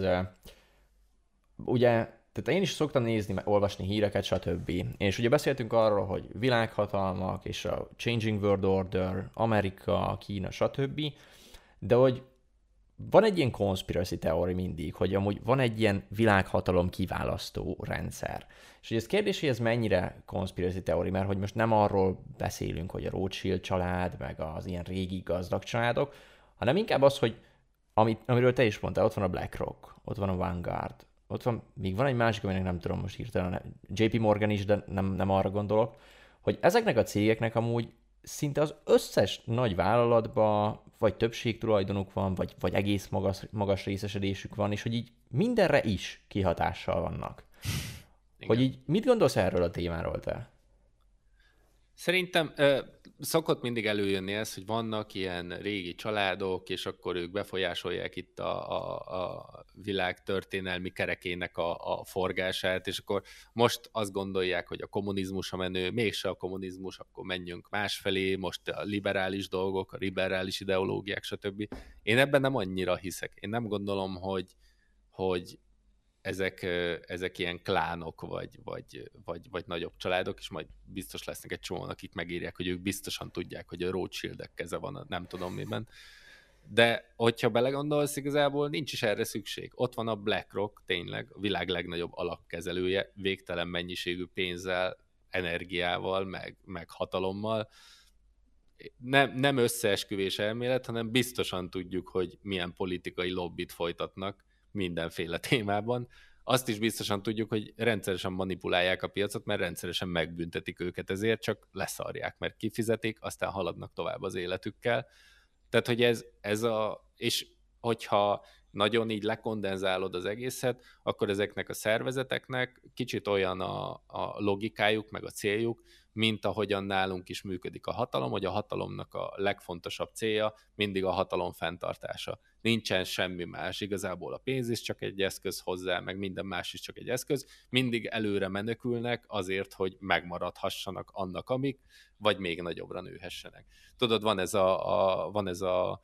ugye, tehát én is szoktam nézni, olvasni híreket, stb. És ugye beszéltünk arról, hogy világhatalmak és a Changing World Order, Amerika, Kína, stb. De hogy van egy ilyen conspiracy theory mindig, hogy amúgy van egy ilyen világhatalom kiválasztó rendszer. És hogy ez kérdés, hogy ez mennyire conspiracy theory, mert hogy most nem arról beszélünk, hogy a Rothschild család, meg az ilyen régi gazdag családok, hanem inkább az, hogy amiről te is mondtál, ott van a BlackRock, ott van a Vanguard, ott van, még van egy másik, aminek nem tudom most hirtelen, JP Morgan is, de nem arra gondolok, hogy ezeknek a cégeknek amúgy szinte az összes nagy vállalatban vagy többségtulajdonuk van, vagy egész magas részesedésük van, és hogy így mindenre is kihatással vannak. Igen. Hogy így mit gondolsz erről a témáról te? Szerintem szokott mindig előjönni ez, hogy vannak ilyen régi családok, és akkor ők befolyásolják itt a világ történelmi kerekének a forgását, és akkor most azt gondolják, hogy a kommunizmus a menő, mégse a kommunizmus, akkor menjünk másfelé, most a liberális dolgok, a liberális ideológiák, stb. Én ebben nem annyira hiszek. Én nem gondolom, hogy ezek ilyen klánok, vagy nagyobb családok, és majd biztos lesznek egy csomóan, akik megírják, hogy ők biztosan tudják, hogy a Rothschildek keze van, nem tudom miben. De hogyha belegondolsz, igazából nincs is erre szükség. Ott van a BlackRock, tényleg a világ legnagyobb alapkezelője, végtelen mennyiségű pénzzel, energiával, meg hatalommal. Nem összeesküvés elmélet, hanem biztosan tudjuk, hogy milyen politikai lobbit folytatnak mindenféle témában. Azt is biztosan tudjuk, hogy rendszeresen manipulálják a piacot, mert rendszeresen megbüntetik őket ezért, csak leszarják, mert kifizetik, aztán haladnak tovább az életükkel. Tehát, hogy és hogyha nagyon így lekondenzálod az egészet, akkor ezeknek a szervezeteknek kicsit olyan a logikájuk, meg a céljuk, mint ahogyan nálunk is működik a hatalom, hogy a hatalomnak a legfontosabb célja mindig a hatalom fenntartása. Nincsen semmi más, igazából a pénz is csak egy eszköz hozzá, meg minden más is csak egy eszköz, mindig előre menekülnek azért, hogy megmaradhassanak annak, amik, vagy még nagyobbra nőhessenek. Tudod, van ez a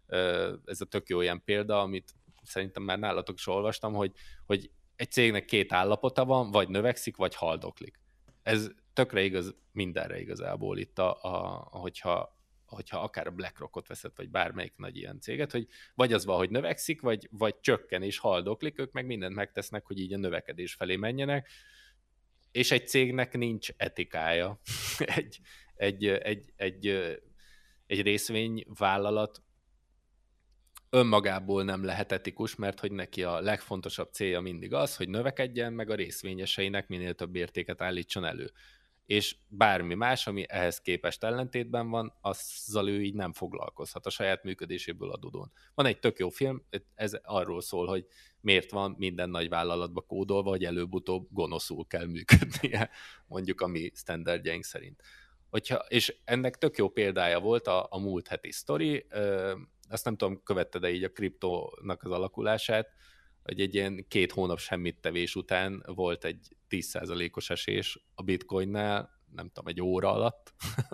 tök jó ilyen példa, amit szerintem már nálatok is olvastam, hogy egy cégnek két állapota van, vagy növekszik, vagy haldoklik. Ez tökre igaz mindenre igazából itt, hogyha akár a BlackRockot veszed, vagy bármelyik nagy ilyen céget, hogy vagy az van, hogy növekszik, vagy csökken és haldoklik, ők meg mindent megtesznek, hogy így a növekedés felé menjenek, és egy cégnek nincs etikája. egy részvényvállalat önmagából nem lehet etikus, mert hogy neki a legfontosabb célja mindig az, hogy növekedjen, meg a részvényeseinek minél több értéket állítson elő. És bármi más, ami ehhez képest ellentétben van, azzal ő így nem foglalkozhat a saját működéséből adódóan. Van egy tök jó film, ez arról szól, hogy miért van minden nagy vállalatba kódolva, hogy előbb-utóbb gonoszul kell működnie, mondjuk a mi standardjaink szerint. És ennek tök jó példája volt a múlt heti sztori, azt nem tudom, követted-e így a kriptónak az alakulását, hogy egy ilyen 2 hónap semmit tevés után volt egy 10%-os esés a bitcoinnál, nem tudom, egy óra alatt,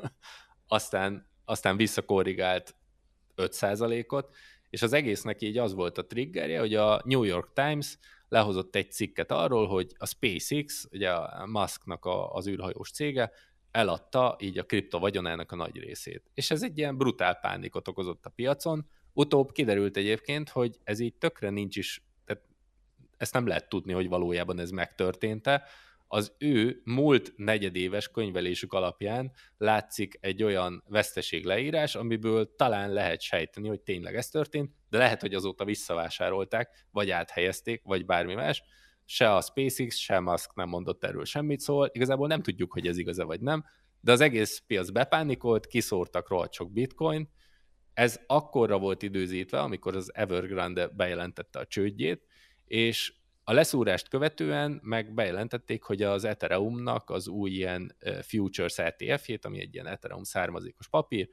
aztán visszakorrigált 5%-ot, és az egésznek így az volt a triggerje, hogy a New York Times lehozott egy cikket arról, hogy a SpaceX, ugye a Musknak az űrhajós cége, eladta így a kripto vagyonának a nagy részét. És ez egy ilyen brutál pánikot okozott a piacon. Utóbb kiderült egyébként, hogy ez így tökre nincs is, tehát ezt nem lehet tudni, hogy valójában ez megtörtént-e. Az ő múlt negyedéves könyvelésük alapján látszik egy olyan veszteségleírás, amiből talán lehet sejteni, hogy tényleg ez történt, de lehet, hogy azóta visszavásárolták, vagy áthelyezték, vagy bármi más. Se a SpaceX, se Musk nem mondott erről semmit, szóval igazából nem tudjuk, hogy ez igaz-e vagy nem, de az egész piac bepánikolt, kiszórtak rohadt sok bitcoin, Ez akkorra volt időzítve, amikor az Evergrande bejelentette a csődjét, és a leszúrást követően meg bejelentették, hogy az Ethereumnak az új ilyen Futures ETF-jét, ami egy ilyen Ethereum származékos papír,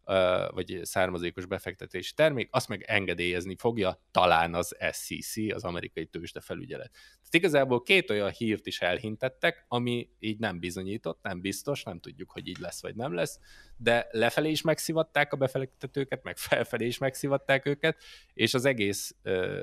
vagy származékos befektetési termék, azt meg engedélyezni fogja talán az SEC, az amerikai tőzsdefelügyelet. Tehát igazából két olyan hírt is elhintettek, ami így nem bizonyított, nem biztos, nem tudjuk, hogy így lesz vagy nem lesz, de lefelé is megszivatták a befektetőket, meg felfelé is megszivatták őket, és az egész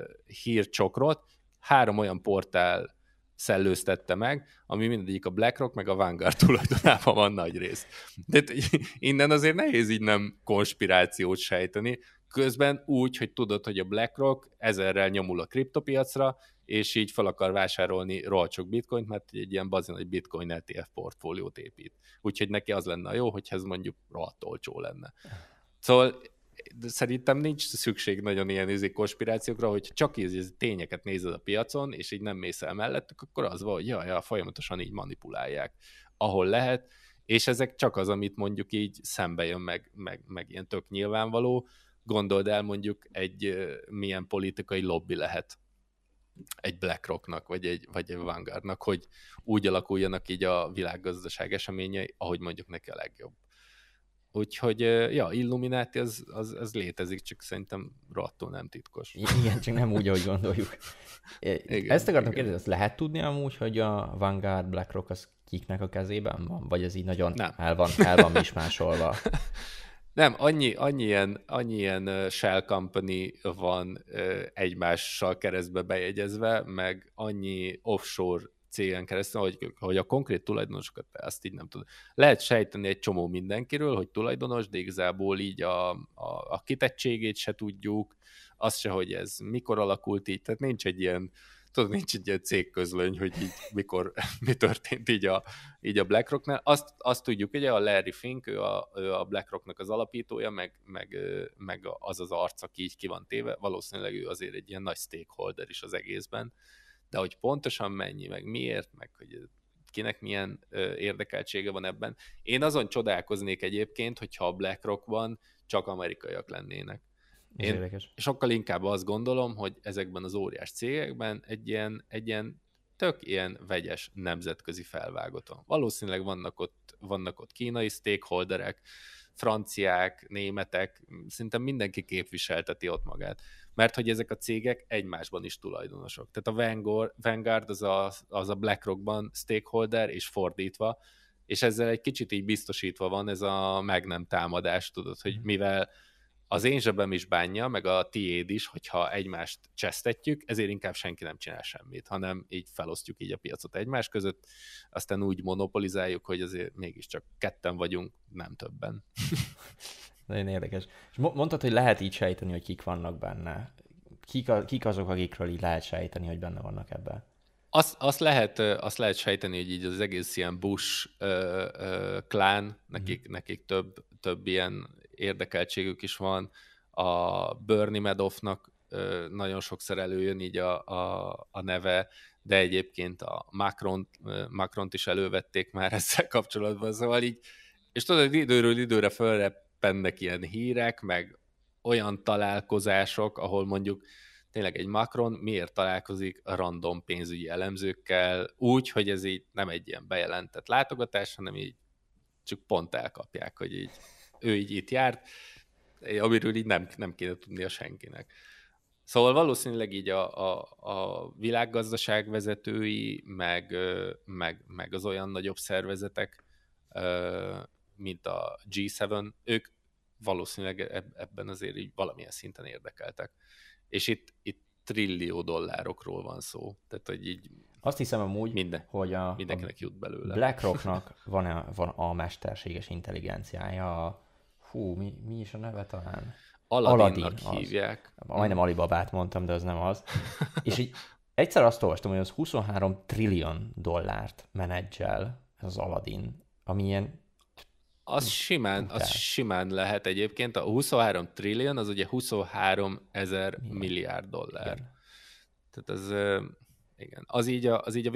hírcsokrot 3 olyan portál szellőztette meg, ami mindegyik a BlackRock meg a Vanguard tulajdonában van nagy rész. De innen azért nehéz így nem konspirációt sejteni, közben úgy, hogy tudod, hogy a BlackRock 1000-rel nyomul a kriptopiacra, és így fel akar vásárolni rohadt sok bitcoint, mert egy ilyen bazin egy bitcoin ETF portfóliót épít. Úgyhogy neki az lenne jó, hogyha ez mondjuk rohadt olcsó lenne. Szóval szerintem nincs szükség nagyon ilyen konspirációkra, hogy csak így tényeket nézed a piacon, és így nem mész el mellettük, akkor az van, hogy folyamatosan így manipulálják, ahol lehet, és ezek csak az, amit mondjuk így szembe jön, meg ilyen tök nyilvánvaló. Gondold el mondjuk milyen politikai lobby lehet egy BlackRocknak, vagy egy Vanguardnak, hogy úgy alakuljanak így a világgazdaság eseményei, ahogy mondjuk neki a legjobb. Úgyhogy, Illuminati az létezik, csak szerintem rohadtul nem titkos. Igen, csak nem úgy, ahogy gondoljuk. Igen, ezt akartam kérdezni, azt lehet tudni amúgy, hogy a Vanguard, BlackRock az kiknek a kezében van? Vagy ez így nagyon el van mismásolva? Nem, annyi ilyen shell company van egymással keresztbe bejegyezve, meg annyi offshore cégen keresztül, hogy a konkrét tulajdonosokat azt így nem tud. Lehet sejteni egy csomó mindenkiről, hogy tulajdonos, de igazából így a kitettségét se tudjuk, azt se, hogy ez mikor alakult így, tehát nincs egy ilyen cégközlöny, hogy így mi történt így a BlackRocknál. Azt tudjuk, ugye a Larry Fink, ő a BlackRocknak az alapítója, meg az az arc, aki így ki van téve, valószínűleg ő azért egy ilyen nagy stakeholder is az egészben, de hogy pontosan mennyi, meg miért, meg hogy kinek milyen érdekeltsége van ebben. Én azon csodálkoznék egyébként, hogyha a BlackRockban csak amerikaiak lennének. Én sokkal inkább azt gondolom, hogy ezekben az óriás cégekben egy ilyen tök ilyen vegyes nemzetközi felvágott van. Valószínűleg vannak ott kínai stakeholderek, franciák, németek, szinte mindenki képviselteti ott magát. Mert hogy ezek a cégek egymásban is tulajdonosok. Tehát a Vanguard az a BlackRockban stakeholder, és fordítva, és ezzel egy kicsit így biztosítva van ez a meg nem támadás, tudod, hogy mivel az én zsebem is bánja, meg a tiéd is, hogyha egymást csesztetjük, ezért inkább senki nem csinál semmit, hanem így felosztjuk így a piacot egymás között, aztán úgy monopolizáljuk, hogy azért mégiscsak ketten vagyunk, nem többen. Nagyon érdekes. És mondtad, hogy lehet így sejteni, hogy kik vannak benne. Kik azok, akikről így lehet sejteni, hogy benne vannak ebben? Azt lehet sejteni, hogy így az egész ilyen Bush klán, nekik több ilyen érdekeltségük is van. A Bernie Madoffnak nagyon sokszor előjön így a neve, de egyébként a Macront is elővették már ezzel kapcsolatban, szóval így, és tudod, időről időre fölreppennek ilyen hírek, meg olyan találkozások, ahol mondjuk tényleg egy Macron miért találkozik a random pénzügyi elemzőkkel, úgy, hogy ez így nem egy ilyen bejelentett látogatás, hanem így csak pont elkapják, hogy így ő így itt járt, amiről így nem kéne tudnia senkinek. Szóval valószínűleg így a világgazdaság vezetői, meg az olyan nagyobb szervezetek, mint a G7, ők valószínűleg ebben azért így valamilyen szinten érdekeltek. És itt trillió dollárokról van szó. Tehát, hogy így azt hiszem amúgy, hogy mindenkinek jut belőle. BlackRocknak van a mesterséges intelligenciája. Mi is a neve talán? Aladdinnak hívják. Majdnem Alibabát mondtam, de az nem az. És így egyszer azt olvastam, hogy az 23 trillion dollárt menedzsel az Aladdin, ami ilyen... Az simán lehet egyébként. A 23 trillion az ugye 23 000 milliárd dollár. Igen. Tehát igen. Az így a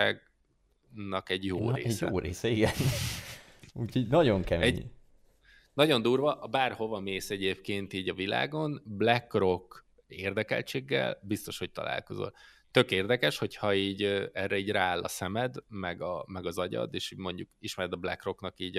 világgazdaságnak egy jó része. Egy jó része, igen. Úgyhogy nagyon kemény. Nagyon durva, bárhova mész egyébként így a világon, BlackRock érdekeltséggel biztos, hogy találkozol. Tök érdekes, hogyha így erre így rááll a szemed, meg az agyad, és mondjuk ismered a BlackRocknak így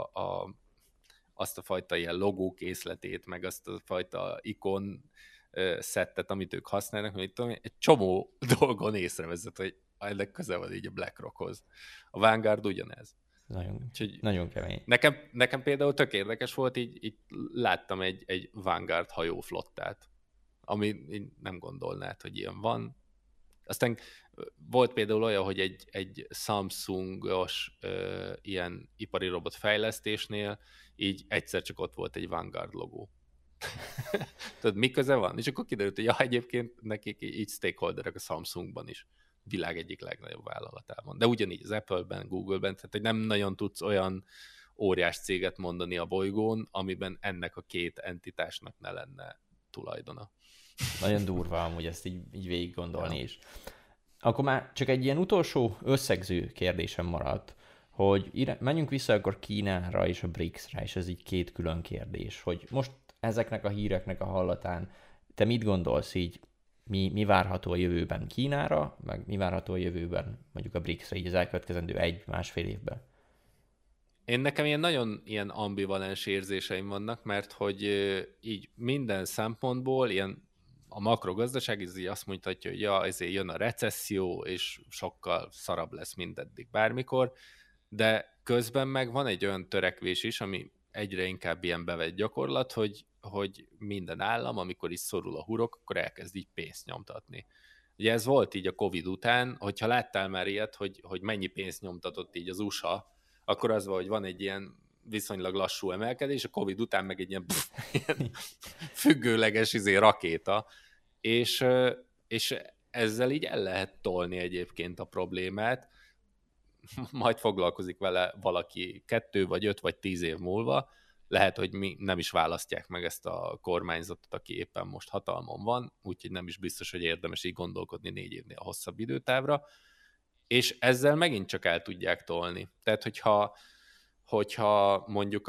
azt a fajta ilyen logókészletét, meg azt a fajta ikon szettet, amit ők használnak, hogy tudom, egy csomó dolgon észrevezett, hogy ennek köze van így a BlackRockhoz. A Vanguard ugyanez. Nagyon kemény. Nekem például tök érdekes volt, így láttam egy Vanguard hajóflottát, ami nem gondolnád, hogy ilyen van. Aztán volt például olyan, hogy egy Samsungos ilyen ipari robot fejlesztésnél így egyszer csak ott volt egy Vanguard logó. Tudod, mi köze van? És akkor kiderült, hogy egyébként nekik így stakeholderek a Samsungban is, világ egyik legnagyobb vállalatában. De ugyanígy az Apple-ben, Google-ben, tehát hogy nem nagyon tudsz olyan óriás céget mondani a bolygón, amiben ennek a két entitásnak ne lenne tulajdona. Nagyon durva amúgy ezt így végig gondolni is. Akkor már csak egy ilyen utolsó összegző kérdésem maradt, hogy menjünk vissza akkor Kínára és a BRICS-re, és ez így két külön kérdés, hogy most ezeknek a híreknek a hallatán te mit gondolsz így, mi várható a jövőben Kínára, meg mi várható a jövőben mondjuk a BRICS-re, így az elkövetkezendő 1-1,5 évben? Nekem nagyon ilyen ambivalens érzéseim vannak, mert hogy így minden szempontból ilyen a makrogazdaság így azt mutatja, hogy ezért jön a recesszió, és sokkal szarabb lesz, mint eddig bármikor, de közben meg van egy olyan törekvés is, ami egyre inkább ilyen bevett gyakorlat, hogy minden állam, amikor is szorul a hurok, akkor elkezd így pénzt nyomtatni. Ugye ez volt így a Covid után, hogyha láttál már ilyet, hogy mennyi pénzt nyomtatott így az USA, akkor az van, hogy van egy ilyen viszonylag lassú emelkedés, a Covid után meg egy ilyen függőleges rakéta, és ezzel így el lehet tolni egyébként a problémát, majd foglalkozik vele valaki 2 vagy 5 vagy 10 év múlva, lehet, hogy nem is választják meg ezt a kormányzatot, aki éppen most hatalmon van, úgyhogy nem is biztos, hogy érdemes így gondolkodni 4 évnél a hosszabb időtávra, és ezzel megint csak el tudják tolni. Tehát, hogyha mondjuk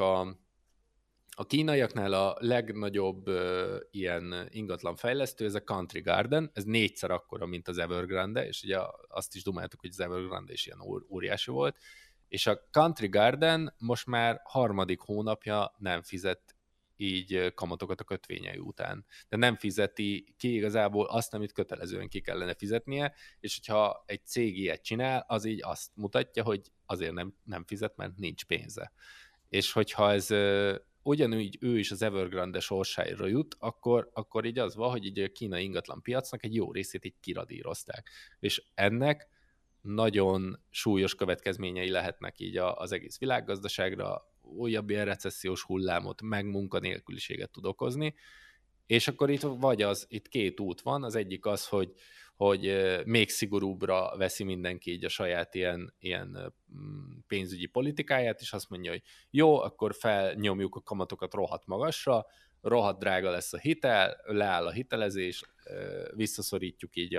a kínaiaknál a legnagyobb ilyen ingatlan fejlesztő, ez a Country Garden, ez 4-szer akkora, mint az Evergrande, és ugye azt is dumáltuk, hogy az Evergrande is ilyen óriási volt, és a Country Garden most már 3. hónapja nem fizet így kamatokat a kötvényei után. De nem fizeti ki igazából azt, amit kötelezően ki kellene fizetnie, és hogyha egy cég ilyet csinál, az így azt mutatja, hogy azért nem fizet, mert nincs pénze. És hogyha ez ugyanúgy ő is az Evergrande sorsára jut, akkor így az van, hogy így a kínai ingatlan piacnak egy jó részét így kiradírozták. És ennek nagyon súlyos következményei lehetnek így az egész világgazdaságra, újabb ilyen recessziós hullámot, meg munkanélküliséget tud okozni, és akkor itt 2 út van, az egyik az, hogy még szigorúbbra veszi mindenki így a saját ilyen pénzügyi politikáját, és azt mondja, hogy jó, akkor felnyomjuk a kamatokat rohadt magasra, rohadt drága lesz a hitel, leáll a hitelezés, visszaszorítjuk így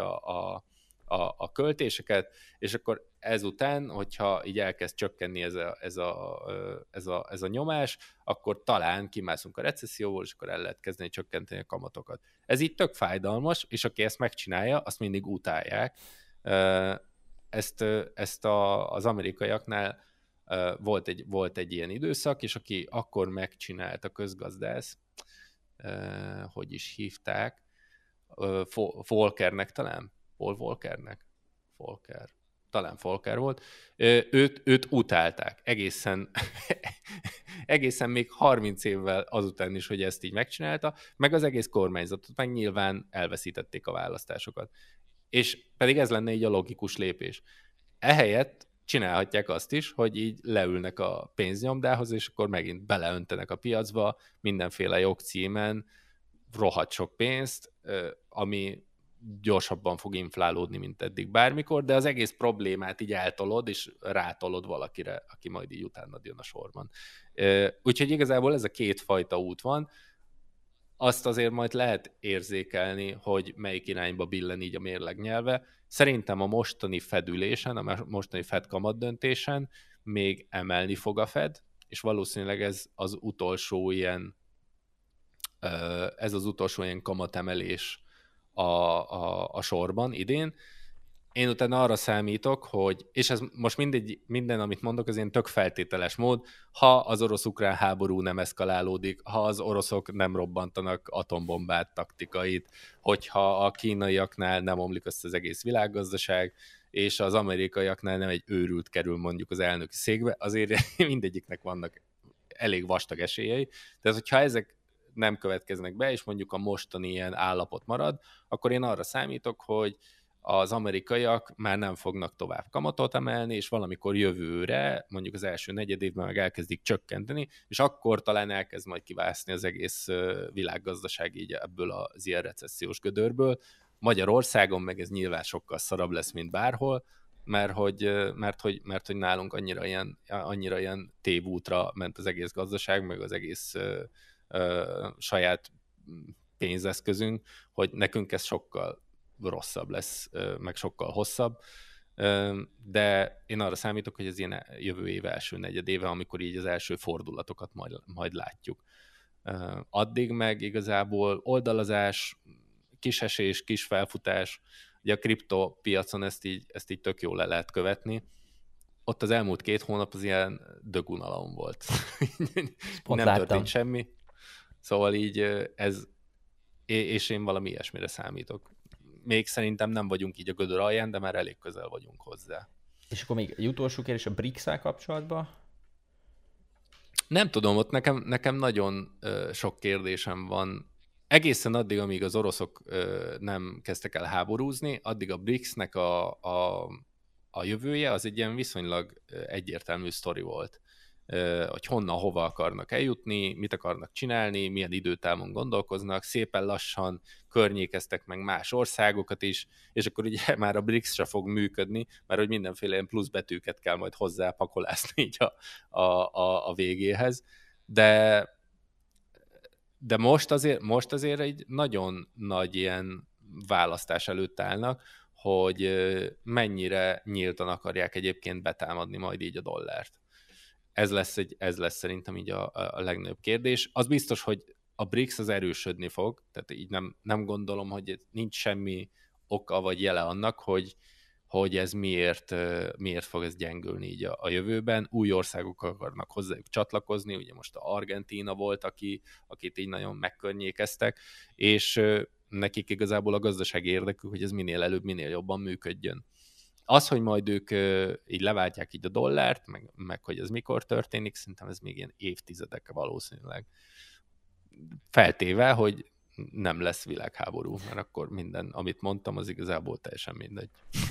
a költéseket, és akkor ezután, hogyha így elkezd csökkenni ez a nyomás, akkor talán kimászunk a recesszióból, és akkor el lehet kezdeni csökkenteni a kamatokat. Ez így tök fájdalmas, és aki ezt megcsinálja, azt mindig utálják. Ezt az amerikaiaknál volt egy ilyen időszak, és aki akkor megcsinált a közgazdász, hogy is hívták, Volckernek talán? Paul Volckernek? Talán Volcker volt. Őt utálták egészen még 30 évvel azután is, hogy ezt így megcsinálta, meg az egész kormányzatot, meg nyilván elveszítették a választásokat. És pedig ez lenne így a logikus lépés. Ehelyett csinálhatják azt is, hogy így leülnek a pénznyomdához, és akkor megint beleöntenek a piacba mindenféle jogcímen rohadt sok pénzt, ami gyorsabban fog inflálódni, mint eddig bármikor, de az egész problémát így eltolod, és rátolod valakire, aki majd így utánad jön a sorban. Úgyhogy igazából ez a 2 fajta út van. Azt azért majd lehet érzékelni, hogy melyik irányba billen így a mérleg nyelve. Szerintem a mostani Fed ülésen, a mostani Fed kamatdöntésen még emelni fog a Fed, és valószínűleg ez az utolsó ilyen kamatemelés a sorban idén. Én utána arra számítok, hogy, és ez most minden, amit mondok, az ilyen tök feltételes mód, ha az orosz-ukrán háború nem eszkalálódik, ha az oroszok nem robbantanak atombombát taktikait, hogyha a kínaiaknál nem omlik össze az egész világgazdaság, és az amerikaiaknál nem egy őrült kerül mondjuk az elnöki székbe, azért mindegyiknek vannak elég vastag esélyei. Tehát, hogyha ezek nem következnek be, és mondjuk a mostani ilyen állapot marad, akkor én arra számítok, hogy az amerikaiak már nem fognak tovább kamatot emelni, és valamikor jövőre, mondjuk az első negyedévben meg elkezdik csökkenteni, és akkor talán elkezd majd kivászni az egész világgazdaság így ebből az ilyen recessziós gödörből. Magyarországon meg ez nyilván sokkal szarabb lesz, mint bárhol, mert hogy nálunk annyira ilyen tévútra ment az egész gazdaság, meg az egész saját pénzeszközünk, hogy nekünk ez sokkal rosszabb lesz, meg sokkal hosszabb, de én arra számítok, hogy ez ilyen jövő év első negyedéve, amikor így az első fordulatokat majd látjuk. Addig meg igazából oldalazás, kis esés, kis felfutás, ugye a kriptopiacon ezt így tök jól le lehet követni. Ott az elmúlt 2 hónap az ilyen dögunalom volt. Nem történt semmi. Szóval így ez, és én valami ilyesmire számítok. Még szerintem nem vagyunk így a gödör alján, de már elég közel vagyunk hozzá. És akkor még egy utolsó kérdés a BRICS-szel kapcsolatban? Nem tudom, ott nekem nagyon sok kérdésem van. Egészen addig, amíg az oroszok nem kezdtek el háborúzni, addig a BRICS-nek a jövője az egy ilyen viszonylag egyértelmű sztori volt. Hogy honnan, hova akarnak eljutni, mit akarnak csinálni, milyen időtávon gondolkoznak, szépen lassan környékeztek meg más országokat is, és akkor ugye már a BRICS se fog működni, mert hogy mindenféle ilyen plusz betűket kell majd hozzá pakolászni így a végéhez. De most azért egy nagyon nagy ilyen választás előtt állnak, hogy mennyire nyíltan akarják egyébként betámadni majd így a dollárt. Ez lesz szerintem így a legnagyobb kérdés. Az biztos, hogy a BRICS az erősödni fog, tehát így nem gondolom, hogy nincs semmi oka vagy jele annak, hogy ez miért fog ez gyengülni így a jövőben. Új országok akarnak hozzájuk csatlakozni, ugye most a Argentína volt, akit így nagyon megkörnyékeztek, és nekik igazából a gazdasági érdekük, hogy ez minél előbb, minél jobban működjön. Az, hogy majd ők így leváltják így a dollárt, meg hogy ez mikor történik, szerintem ez még ilyen évtizedek valószínűleg. Feltéve, hogy nem lesz világháború, mert akkor minden, amit mondtam, az igazából teljesen mindegy.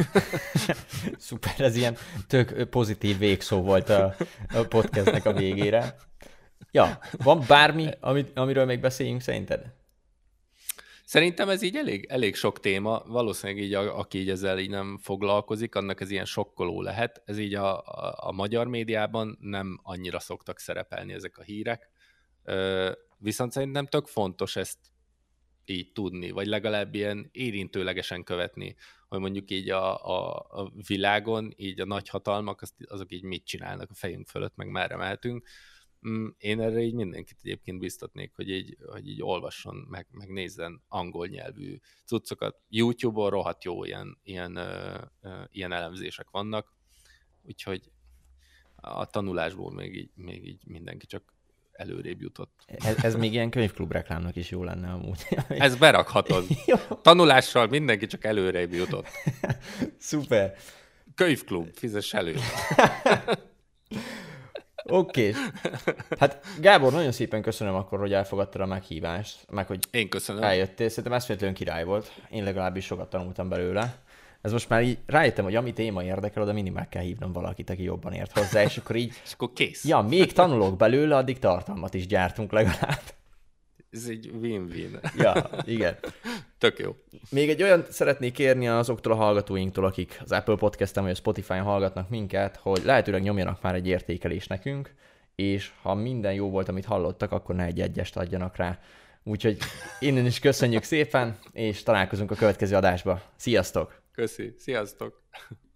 Szuper, ez ilyen tök pozitív végszó volt a podcastnek a végére. Ja, van bármi, amiről még beszéljünk szerinted? Szerintem ez így elég sok téma, valószínűleg így aki így ezzel így nem foglalkozik, annak ez ilyen sokkoló lehet. Ez így a magyar médiában nem annyira szoktak szerepelni ezek a hírek, viszont szerintem tök fontos ezt így tudni, vagy legalább ilyen érintőlegesen követni, hogy mondjuk így a világon, így a nagyhatalmak, azok így mit csinálnak a fejünk fölött, meg merre mehetünk. Én erre így mindenkit egyébként biztatnék, hogy így olvasson, meg nézzen angol nyelvű cuccokat. YouTube-on rohadt jó ilyen elemzések vannak, úgyhogy a tanulásból még így mindenki csak előrébb jutott. Ez még ilyen könyvklub reklámnak is jó lenne amúgy. Ez berakhatod. Tanulással mindenki csak előrébb jutott. Szuper. Könyvklub, fizess elő. Oké. Hát Gábor, nagyon szépen köszönöm akkor, hogy elfogadtad a meghívást, meg hogy én köszönöm. Eljöttél. Szerintem eszméletlenül király volt. Én legalábbis sokat tanultam belőle. Ez most már így rájöttem, hogy ami téma érdekel, oda mindig meg kell hívnom valakit, aki jobban ért hozzá, és akkor így... és akkor kész. Ja, még tanulok belőle, addig tartalmat is gyártunk legalább. Ez egy win-win. Ja, igen. Tök jó. Még egy olyan szeretnék kérni azoktól a hallgatóinktól, akik az Apple Podcast-en vagy a Spotify-on hallgatnak minket, hogy lehetőleg nyomjanak már egy értékelést nekünk, és ha minden jó volt, amit hallottak, akkor ne egy egyest adjanak rá. Úgyhogy innen is köszönjük szépen, és találkozunk a következő adásba. Sziasztok! Köszi, sziasztok!